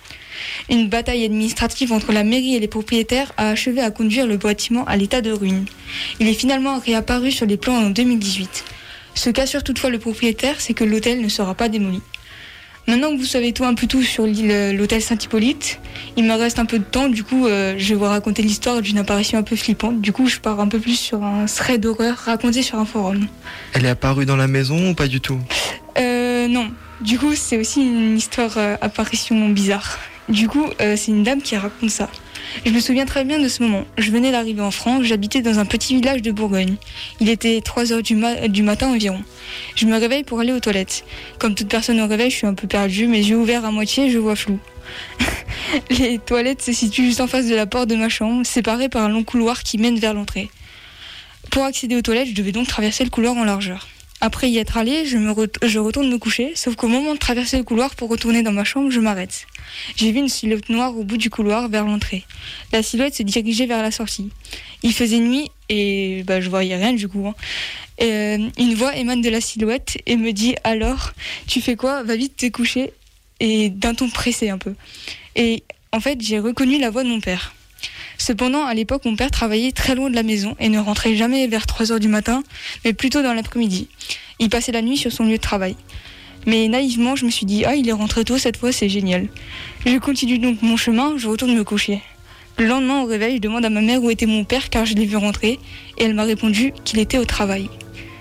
Une bataille administrative entre la mairie et les propriétaires a achevé à conduire le bâtiment à l'état de ruine. Il est finalement réapparu sur les plans en 2018. Ce qu'assure toutefois le propriétaire, c'est que l'hôtel ne sera pas démoli. Maintenant que vous savez un peu tout sur l'hôtel Saint-Hippolyte, il me reste un peu de temps, du coup je vais vous raconter l'histoire d'une apparition un peu flippante. Du coup je pars un peu plus sur un thread d'horreur raconté sur un forum. Elle est apparue dans la maison ou pas du tout ? Non, du coup c'est aussi une histoire apparition bizarre. Du coup c'est une dame qui raconte ça. Je me souviens très bien de ce moment. Je venais d'arriver en France, j'habitais dans un petit village de Bourgogne. Il était 3h du matin environ. Je me réveille pour aller aux toilettes. Comme toute personne au réveil, je suis un peu perdue, mes yeux ouverts à moitié, je vois flou. Les toilettes se situent juste en face de la porte de ma chambre, séparées par un long couloir qui mène vers l'entrée. Pour accéder aux toilettes, je devais donc traverser le couloir en largeur. Après y être allée, je retourne me coucher, sauf qu'au moment de traverser le couloir pour retourner dans ma chambre, je m'arrête. J'ai vu une silhouette noire au bout du couloir vers l'entrée. La silhouette se dirigeait vers la sortie. Il faisait nuit et je voyais rien du coup. Une voix émane de la silhouette et me dit « Alors, tu fais quoi ? Va vite te coucher » et d'un ton pressé un peu. Et en fait, j'ai reconnu la voix de mon père. Cependant, à l'époque, mon père travaillait très loin de la maison et ne rentrait jamais vers 3h du matin, mais plutôt dans l'après-midi. Il passait la nuit sur son lieu de travail. Mais naïvement, je me suis dit « Ah, il est rentré tôt cette fois, c'est génial ». Je continue donc mon chemin, je retourne me coucher. Le lendemain, au réveil, je demande à ma mère où était mon père car je l'ai vu rentrer et elle m'a répondu qu'il était au travail.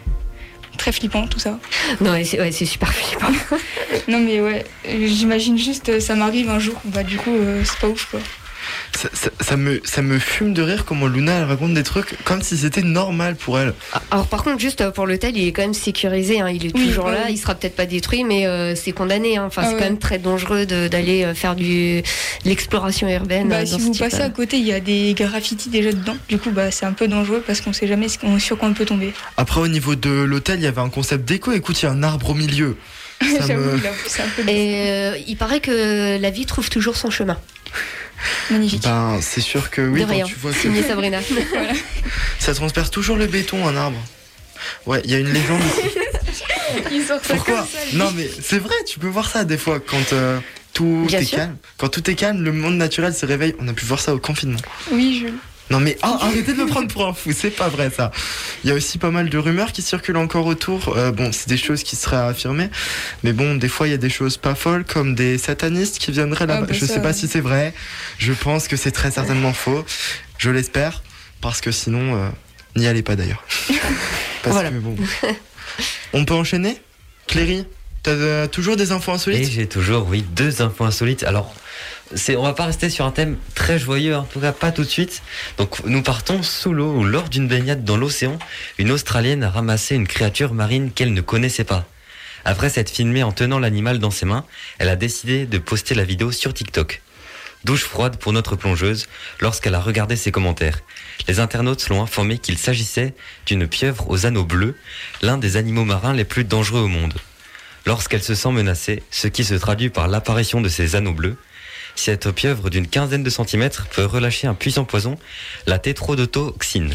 Très flippant tout ça. Non, c'est super flippant. Non mais ouais, j'imagine juste ça m'arrive un jour, du coup c'est pas ouf quoi. Ça me fume de rire comment Luna elle raconte des trucs comme si c'était normal pour elle. Alors par contre juste pour l'hôtel il est quand même sécurisé, il est toujours là, il sera peut-être pas détruit mais c'est condamné, c'est quand même très dangereux d'aller faire de l'exploration urbaine. Si vous passez à côté il y a des graffitis déjà dedans, du coup c'est un peu dangereux parce qu'on sait jamais sur quoi on peut tomber. Après au niveau de l'hôtel il y avait un concept déco, écoute il y a un arbre au milieu. J'avoue, c'est un peu et il paraît que la vie trouve toujours son chemin. Magnifique. C'est sûr que oui. De rien. Tu vois Signé Sabrina. Voilà. Ça transperce toujours le béton, un arbre. Ouais, il y a une légende ici. Il sort ça. Pourquoi comme ça, Non mais c'est vrai, tu peux voir ça des fois quand tout est calme. Quand tout est calme, le monde naturel se réveille. On a pu voir ça au confinement. Oui, je... Non mais arrêtez de me prendre pour un fou, c'est pas vrai ça. Il y a aussi pas mal de rumeurs qui circulent encore autour. C'est des choses qui seraient à affirmer, mais des fois il y a des choses pas folles comme des satanistes qui viendraient là-bas. Je sais pas si c'est vrai. Je pense que c'est très certainement faux. Je l'espère parce que sinon n'y allez pas d'ailleurs. Voilà. On peut enchaîner, Cléry. T'as toujours des infos insolites ? Et j'ai toujours, 2 infos insolites. Alors, on va pas rester sur un thème très joyeux, en tout cas pas tout de suite. Donc nous partons sous l'eau où lors d'une baignade dans l'océan, une Australienne a ramassé une créature marine qu'elle ne connaissait pas. Après s'être filmée en tenant l'animal dans ses mains, elle a décidé de poster la vidéo sur TikTok. Douche froide pour notre plongeuse lorsqu'elle a regardé ses commentaires. Les internautes l'ont informé qu'il s'agissait d'une pieuvre aux anneaux bleus, l'un des animaux marins les plus dangereux au monde. Lorsqu'elle se sent menacée, ce qui se traduit par l'apparition de ces anneaux bleus, cette pieuvre d'une 15aine de centimètres peut relâcher un puissant poison, la tétrodotoxine.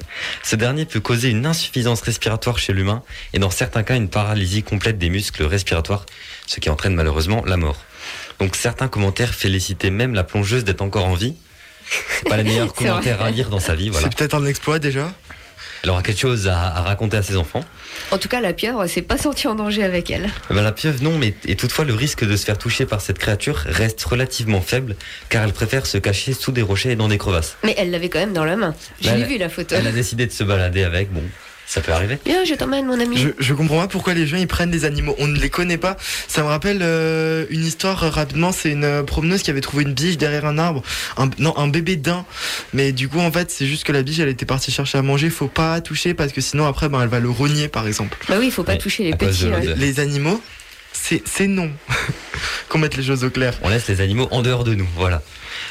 Ce dernier peut causer une insuffisance respiratoire chez l'humain et dans certains cas une paralysie complète des muscles respiratoires, ce qui entraîne malheureusement la mort. Donc certains commentaires félicitaient même la plongeuse d'être encore en vie. C'est pas les meilleurs commentaires à lire dans sa vie, voilà. C'est peut-être un exploit déjà. Elle aura quelque chose à raconter à ses enfants. En tout cas, la pieuvre s'est pas sentie en danger avec elle. La pieuvre non, mais toutefois le risque de se faire toucher par cette créature reste relativement faible, car elle préfère se cacher sous des rochers et dans des crevasses. Mais elle l'avait quand même dans la main. J'ai vu la photo. Elle a décidé de se balader avec, ça peut arriver. Bien, je t'emmène mon ami. Je comprends pas pourquoi les gens ils prennent des animaux. On ne les connaît pas. Ça me rappelle une histoire rapidement. C'est une promeneuse qui avait trouvé une biche derrière un arbre. Un bébé daim. Mais du coup en fait c'est juste que la biche elle était partie chercher à manger. Faut pas toucher parce que sinon après elle va le rogner par exemple. Bah oui, faut pas toucher les petits. Les animaux, c'est non. Qu'on mette les choses au clair. On laisse les animaux en dehors de nous, voilà.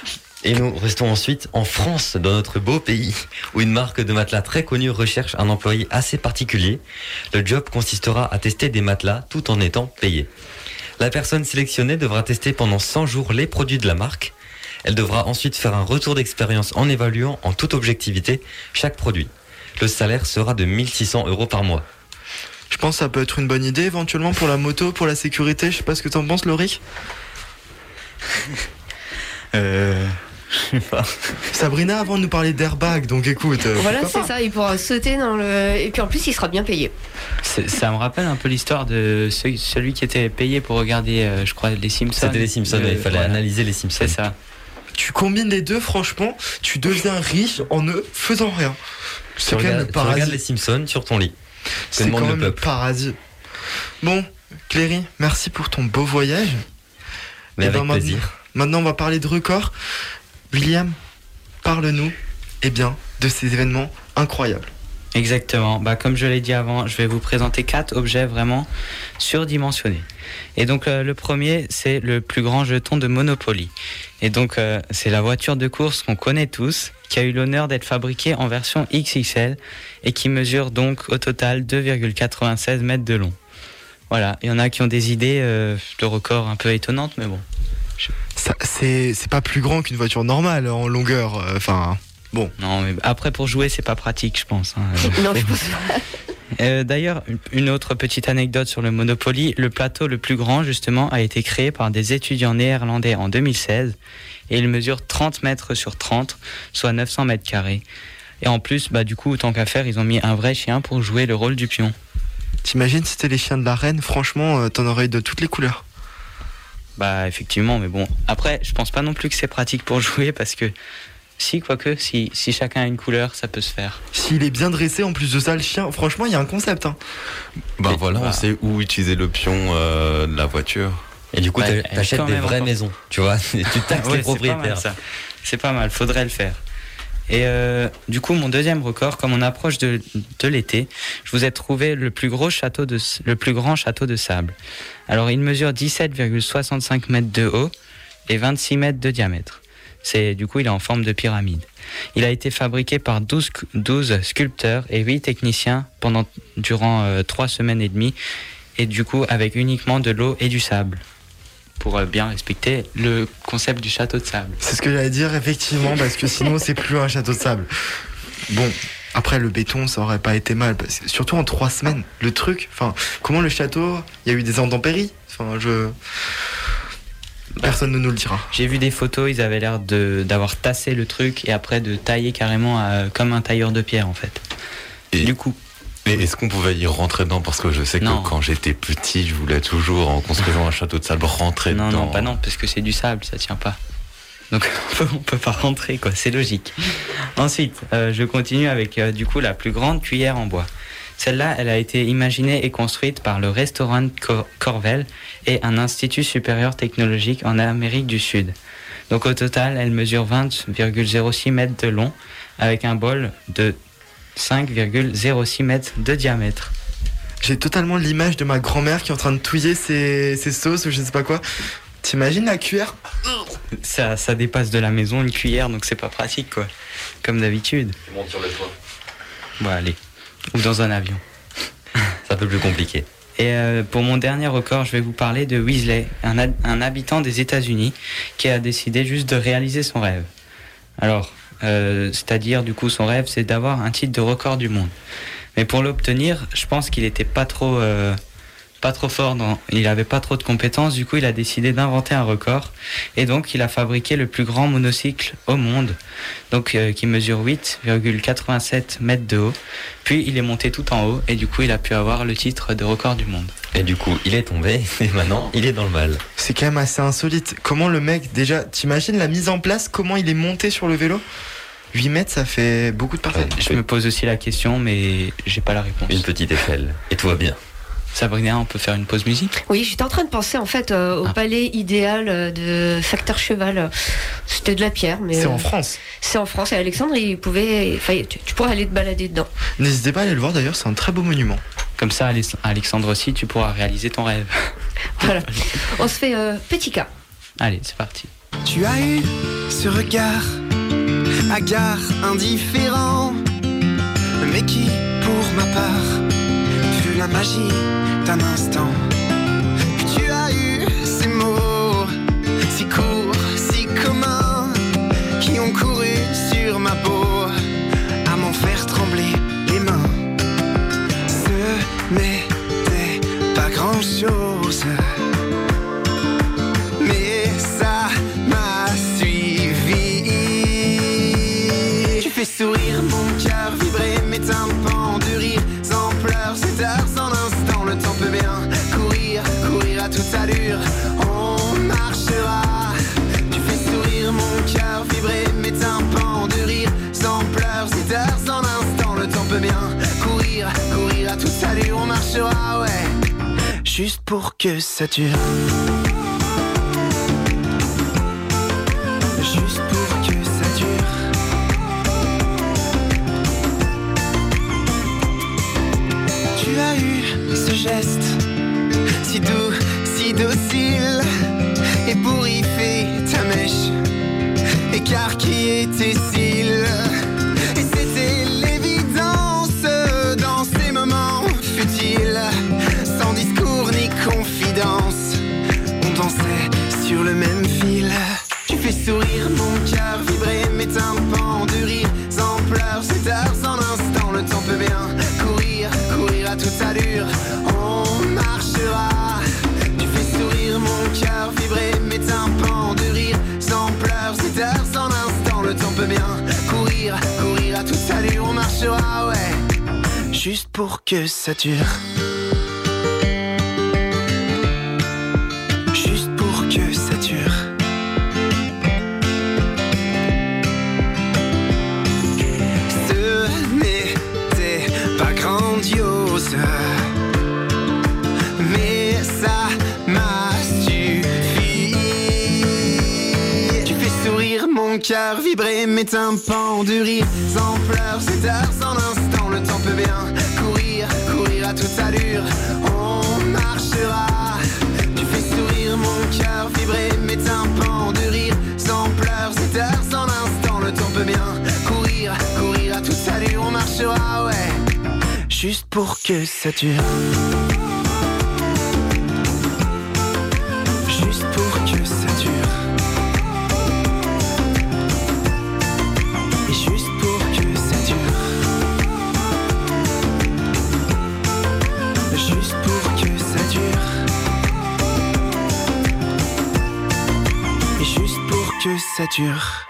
Et nous restons ensuite en France, dans notre beau pays, où une marque de matelas très connue recherche un employé assez particulier. Le job consistera à tester des matelas tout en étant payé. La personne sélectionnée devra tester pendant 100 jours les produits de la marque. Elle devra ensuite faire un retour d'expérience en évaluant en toute objectivité chaque produit. Le salaire sera de 1 600 € par mois. Je pense que ça peut être une bonne idée éventuellement pour la moto, pour la sécurité. Je sais pas ce que t'en penses, Laurie. Je sais pas. Sabrina avant de nous parler d'airbag, donc écoute. Voilà, c'est ça, il pourra sauter dans le... Et puis en plus, il sera bien payé. Ça me rappelle un peu l'histoire de celui qui était payé pour regarder, je crois, les Simpsons. C'était les Simpsons, il fallait analyser les Simpsons. C'est ça. Tu combines les deux, franchement, tu deviens riche en ne faisant rien. C'est quand même le Tu paradis. regardes les Simpsons sur ton lit. C'est quand même le paradis. Bon, Cléry, merci pour ton beau voyage. Mais avec plaisir. Maintenant, on va parler de records. William, parle-nous de ces événements incroyables. Exactement. Comme je l'ai dit avant, je vais vous présenter 4 objets vraiment surdimensionnés. Et donc le premier, c'est le plus grand jeton de Monopoly. Et donc c'est la voiture de course qu'on connaît tous, qui a eu l'honneur d'être fabriquée en version XXL et qui mesure donc au total 2,96 mètres de long. Voilà, il y en a qui ont des idées de records un peu étonnantes, mais bon. C'est pas plus grand qu'une voiture normale en longueur, bon. Non, mais après pour jouer, c'est pas pratique, je pense. Non, je pense pas. D'ailleurs, une autre petite anecdote sur le Monopoly, le plateau le plus grand justement a été créé par des étudiants néerlandais en 2016 et il mesure 30 mètres sur 30, soit 900 mètres carrés. Et en plus, du coup, tant qu'à faire, ils ont mis un vrai chien pour jouer le rôle du pion. T'imagines si c'était les chiens de la reine, franchement, t'en aurais eu de toutes les couleurs. Effectivement, mais bon, après, je pense pas non plus que c'est pratique pour jouer parce que si chacun a une couleur, ça peut se faire. S'il est bien dressé, en plus de ça, le chien, franchement, il y a un concept. Hein. On sait où utiliser le pion de la voiture. Et du coup, t'achètes des vraies maisons, tu vois, tu taxes les propriétaires. C'est pas mal, faudrait le faire. Et du coup, mon deuxième record, comme on approche de l'été, je vous ai trouvé le plus grand château de sable. Alors, il mesure 17,65 mètres de haut et 26 mètres de diamètre. Du coup, il est en forme de pyramide. Il a été fabriqué par 12 sculpteurs et 8 techniciens durant 3 semaines et demie, et du coup, avec uniquement de l'eau et du sable, pour bien respecter le concept du château de sable. C'est ce que j'allais dire, effectivement, parce que sinon, c'est plus un château de sable. Bon, après, le béton, ça aurait pas été mal, parce que, surtout en 3 semaines. Le truc, comment le château, il y a eu des intempéries. Personne ne nous le dira. J'ai vu des photos, ils avaient l'air d'avoir tassé le truc et après de tailler carrément comme un tailleur de pierre, en fait. Et du coup... Mais est-ce qu'on pouvait y rentrer dedans? Parce que je sais que quand j'étais petit, je voulais toujours, en construisant un château de sable, rentrer dedans. Non, parce que c'est du sable, ça tient pas. Donc on peut pas rentrer, quoi, c'est logique. Ensuite, je continue avec du coup la plus grande cuillère en bois. Celle-là, elle a été imaginée et construite par le restaurant Corvel et un institut supérieur technologique en Amérique du Sud. Donc au total, elle mesure 20,06 mètres de long avec un bol de 5,06 mètres de diamètre. J'ai totalement l'image de ma grand-mère qui est en train de touiller ses sauces ou je sais pas quoi. T'imagines la cuillère? Ça dépasse de la maison une cuillère, donc c'est pas pratique, quoi. Comme d'habitude. Tu montes sur le toit. Bon, allez. Ou dans un avion. C'est un peu plus compliqué. Et pour mon dernier record, je vais vous parler de Weasley, un habitant des États-Unis qui a décidé juste de réaliser son rêve. Alors, c'est-à-dire, du coup, son rêve, c'est d'avoir un titre de record du monde. Mais pour l'obtenir, je pense qu'il n'était pas trop fort, il n'avait pas trop de compétences, du coup il a décidé d'inventer un record et donc il a fabriqué le plus grand monocycle au monde, donc qui mesure 8,87 mètres de haut, puis il est monté tout en haut et du coup il a pu avoir le titre de record du monde. Et du coup il est tombé et maintenant il est dans le mal. C'est quand même assez insolite, comment le mec, déjà, t'imagines la mise en place, comment il est monté sur le vélo? 8 mètres, ça fait beaucoup de personnes. Je me pose aussi la question, mais j'ai pas la réponse. Une petite échelle et tout va bien. Sabrina, on peut faire une pause musique? Oui, j'étais en train de penser en fait au palais idéal de Facteur Cheval. C'était de la pierre, mais c'est en France. C'est en France et Alexandre, tu pourrais aller te balader dedans. N'hésitez pas à aller le voir d'ailleurs, c'est un très beau monument. Comme ça, Alexandre aussi, tu pourras réaliser ton rêve. Voilà. On se fait petit cas. Allez, c'est parti. Tu as eu ce regard, hagard, indifférent, mais qui, pour ma part, fut la magie d'un instant. Puis tu as eu ces mots, si courts, si communs, qui ont couru sur ma peau, à m'en faire trembler les mains. Ce n'était pas grand-chose, mais ça m'a suffi. mon cœur vibrer, mes tympans de rire sans pleurs, c'est heures en instant, le temps peut bien courir, courir à toute allure, on marchera. Tu fais sourire mon cœur vibrer, mes tympans de rire sans pleurs, c'est heures en instant, le temps peut bien courir, courir à toute allure, on marchera, ouais, juste pour que ça dure. Juste pour que ça dure. Tu as eu ce geste si doux, si docile, ébouriffé ta mèche, écarquillé tes cils. Et c'était l'évidence dans ces moments futiles, sans discours ni confidence, on dansait sur le même fil. Tu fais sourire mon cœur vibrer, mes tympans de rire sans pleurs, c'est heures en instant, le temps peut bien courir, courir à toute allure, on marchera. Tu fais sourire mon cœur vibrer, mes tympans de rire sans pleurs, c'est heures en instant, le temps peut bien courir, courir à toute allure, on marchera, ouais, juste pour que ça dure. Juste pour que ça dure. Grandiose, mais ça m'a suffi. Tu fais sourire mon cœur vibrer, mes tympans de rire sans pleurs, c'est heures en instant, le temps peut bien courir, courir à toute allure, on marchera. Tu fais sourire mon cœur vibrer, mes tympans de rire sans pleurs, c'est heures en instant, le temps peut bien courir, courir à toute allure, on marchera, ouais, juste pour que ça dure. Juste pour que ça dure. Et juste pour que ça dure. Juste pour que ça dure. Et juste pour que ça dure.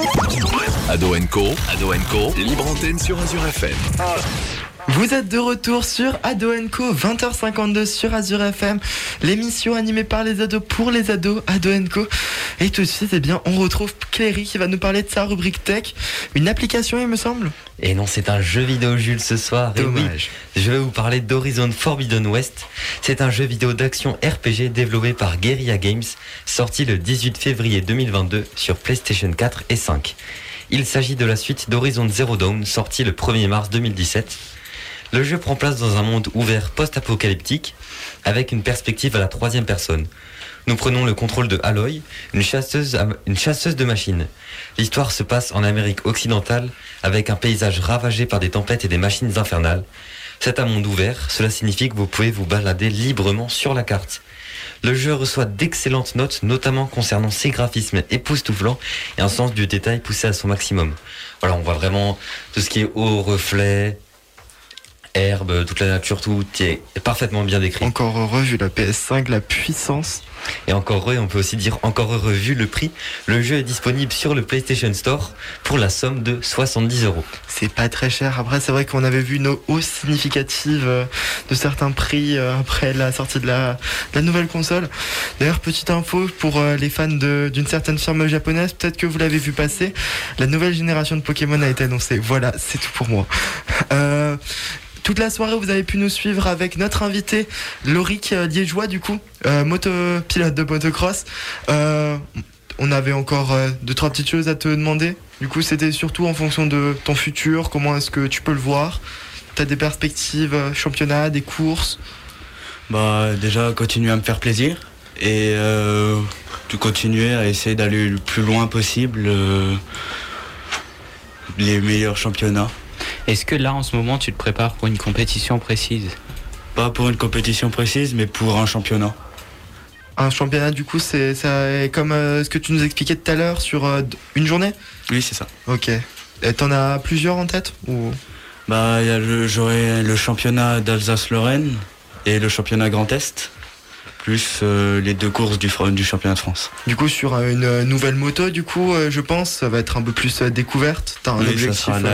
Ado & Co, libre antenne sur Azure FM. Vous êtes de retour sur Ado & Co, 20h52 sur Azure FM, l'émission animée par les ados pour les ados, Ado & Co. Et tout de suite, eh bien, on retrouve Cléry qui va nous parler de sa rubrique tech, une application il me semble. Et non, c'est un jeu vidéo Jules ce soir. Dommage. Et oui, je vais vous parler d'Horizon Forbidden West. C'est un jeu vidéo d'action RPG développé par Guerrilla Games, sorti le 18 février 2022 sur PlayStation 4 et 5. Il s'agit de la suite d'Horizon Zero Dawn, sorti le 1er mars 2017. Le jeu prend place dans un monde ouvert post-apocalyptique, avec une perspective à la troisième personne. Nous prenons le contrôle de Aloy, une chasseuse de machines. L'histoire se passe en Amérique occidentale, avec un paysage ravagé par des tempêtes et des machines infernales. C'est un monde ouvert, cela signifie que vous pouvez vous balader librement sur la carte. Le jeu reçoit d'excellentes notes, notamment concernant ses graphismes époustouflants et un sens du détail poussé à son maximum. Voilà, on voit vraiment tout ce qui est haut reflet, herbe, toute la nature, tout est parfaitement bien décrit. Encore heureux vu la PS5, la puissance. Et encore heureux, on peut aussi dire encore heureux vu le prix. Le jeu est disponible sur le PlayStation Store pour la somme de 70€. C'est pas très cher. Après, c'est vrai qu'on avait vu une hausse significative de certains prix après la sortie de la nouvelle console. D'ailleurs, petite info pour les fans d'une certaine firme japonaise, peut-être que vous l'avez vu passer, la nouvelle génération de Pokémon a été annoncée. Voilà, c'est tout pour moi. Toute la soirée, vous avez pu nous suivre avec notre invité, Lauric Liégeois, du coup, pilote de motocross. On avait encore 2-3 petites choses à te demander. Du coup, c'était surtout en fonction de ton futur, comment est-ce que tu peux le voir? T'as des perspectives, championnat, des courses? Bah, déjà, continuer à me faire plaisir et de continuer à essayer d'aller le plus loin possible, les meilleurs championnats. Est-ce que là, en ce moment, tu te prépares pour une compétition précise? Pas pour une compétition précise, mais pour un championnat. Un championnat, du coup, c'est comme ce que tu nous expliquais tout à l'heure sur une journée? Oui, c'est ça. Ok. Et t'en as plusieurs en tête ou... Bah, j'aurai le championnat d'Alsace-Lorraine et le championnat Grand Est. plus les 2 courses du championnat de France. Du coup, sur une nouvelle moto, du coup, je pense, ça va être un peu plus découverte. T'as un objectif? Ça sera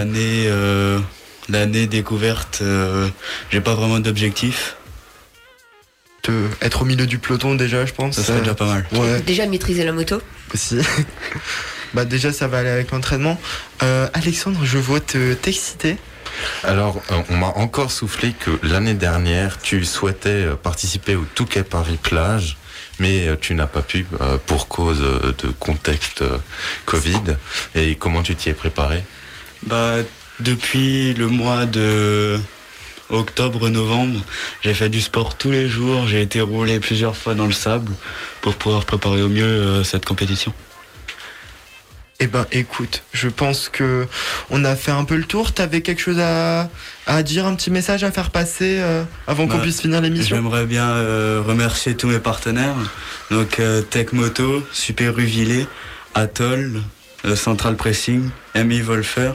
l'année découverte. J'ai pas vraiment d'objectif. Être au milieu du peloton déjà, je pense. Ça serait déjà pas mal. Ouais. Déjà maîtriser la moto Aussi. Bah déjà, ça va aller avec l'entraînement. Alexandre, je vois t'exciter. Alors, on m'a encore soufflé que l'année dernière, tu souhaitais participer au Touquet Paris-Plage, mais tu n'as pas pu pour cause de contexte Covid. Et comment tu t'y es préparé? Bah, depuis le mois de octobre-novembre, j'ai fait du sport tous les jours. J'ai été roulé plusieurs fois dans le sable pour pouvoir préparer au mieux cette compétition. Eh ben, écoute, je pense que on a fait un peu le tour. T'avais quelque chose à dire, un petit message à faire passer avant qu'on puisse finir l'émission? J'aimerais bien remercier tous mes partenaires. Donc, Tech Moto, Super Uvillé, Atoll, Central Pressing, MI Wolfer,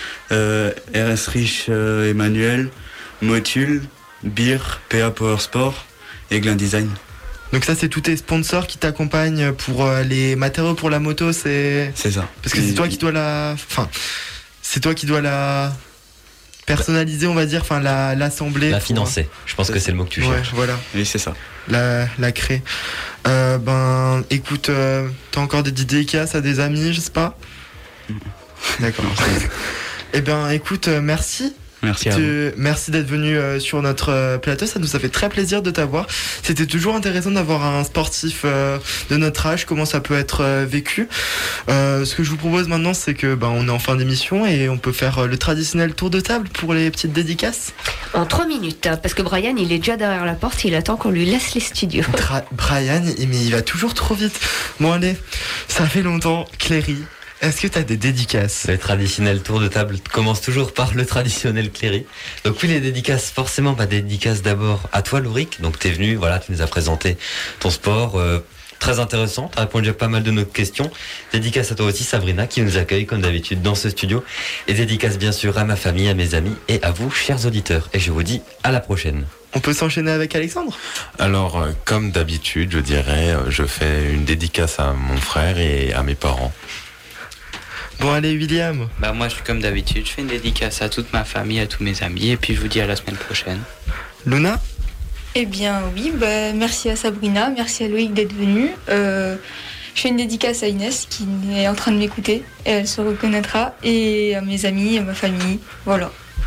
RS Rich Emmanuel, Motul, Beer, PA Power Sport et Glin Design. Donc ça, c'est tous tes sponsors qui t'accompagnent pour les matériaux pour la moto, c'est ça. Parce que c'est toi qui dois c'est toi qui dois la personnaliser, on va dire, enfin l'assembler. La financer. Je pense que c'est le mot que tu cherches. Ouais, voilà. Oui, c'est ça. La créer. Ben, écoute, t'as encore des dédicaces à des amis, je sais pas. D'accord. Eh ben, écoute, merci. Merci à vous. Merci d'être venu sur notre plateau, ça nous a fait très plaisir de t'avoir. C'était toujours intéressant d'avoir un sportif de notre âge, comment ça peut être vécu. Ce que je vous propose maintenant, c'est que on est en fin d'émission et on peut faire le traditionnel tour de table pour les petites dédicaces. En 3 minutes, parce que Brian, il est déjà derrière la porte, il attend qu'on lui laisse les studios. Brian, mais il va toujours trop vite. Bon allez, ça fait longtemps, Cléry. Est-ce que tu as des dédicaces? Le traditionnel tour de table commence toujours par le traditionnel Cléry. Donc oui, les dédicaces, forcément, dédicaces d'abord à toi, Louric. Donc t'es venu, voilà, tu nous as présenté ton sport, très intéressant. Tu as répondu à pas mal de nos questions. Dédicace à toi aussi, Sabrina, qui nous accueille comme d'habitude dans ce studio. Et dédicace bien sûr à ma famille, à mes amis et à vous, chers auditeurs. Et je vous dis à la prochaine. On peut s'enchaîner avec Alexandre? Alors, comme d'habitude, je dirais, je fais une dédicace à mon frère et à mes parents. Bon allez, William. Moi je suis comme d'habitude, je fais une dédicace à toute ma famille, à tous mes amis et puis je vous dis à la semaine prochaine. Luna? Eh bien oui, merci à Sabrina, merci à Loïc d'être venu. Je fais une dédicace à Inès qui est en train de m'écouter et elle se reconnaîtra, et à mes amis, à ma famille, voilà.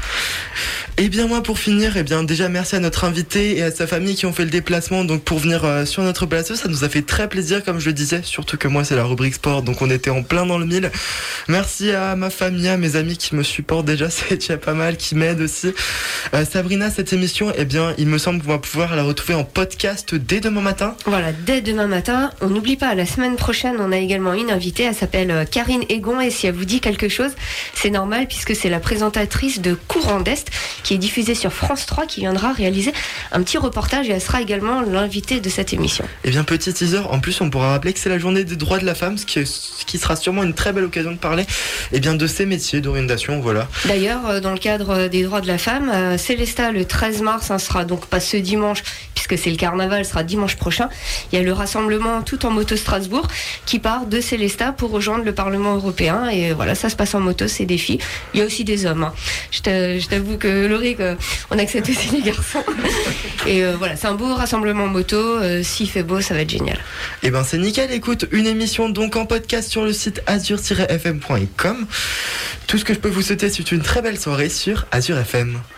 Et bien moi pour finir, déjà merci à notre invité et à sa famille qui ont fait le déplacement donc pour venir sur notre plateau. Ça nous a fait très plaisir, comme je le disais, surtout que moi c'est la rubrique sport, donc on était en plein dans le mille. Merci à ma famille, à mes amis qui me supportent déjà, c'est déjà pas mal, qui m'aident aussi. Sabrina, cette émission, il me semble qu'on va pouvoir la retrouver en podcast dès demain matin. Voilà, dès demain matin. On n'oublie pas, la semaine prochaine, on a également une invitée, elle s'appelle Karine Egon, et si elle vous dit quelque chose, c'est normal puisque c'est la présentatrice de Courant d'Est qui est diffusée sur France 3, qui viendra réaliser un petit reportage, et elle sera également l'invitée de cette émission. Et bien petit teaser, en plus on pourra rappeler que c'est la journée des droits de la femme, ce qui sera sûrement une très belle occasion de parler de ces métiers d'orientation, voilà. D'ailleurs, dans le cadre des droits de la femme, Célestat le 13 mars, sera donc pas ce dimanche puisque c'est le carnaval, sera dimanche prochain. Il y a le rassemblement Tout en moto Strasbourg qui part de Célestat pour rejoindre le Parlement européen, et voilà, ça se passe en moto, c'est des filles. Il y a aussi des hommes. Je t'avoue que Laurie, on accepte aussi les garçons. Et voilà, c'est un beau rassemblement moto. S'il fait beau, ça va être génial. Et c'est nickel. Écoute, une émission donc en podcast sur le site azur-fm.com. Tout ce que je peux vous souhaiter, c'est une très belle soirée sur Azur FM.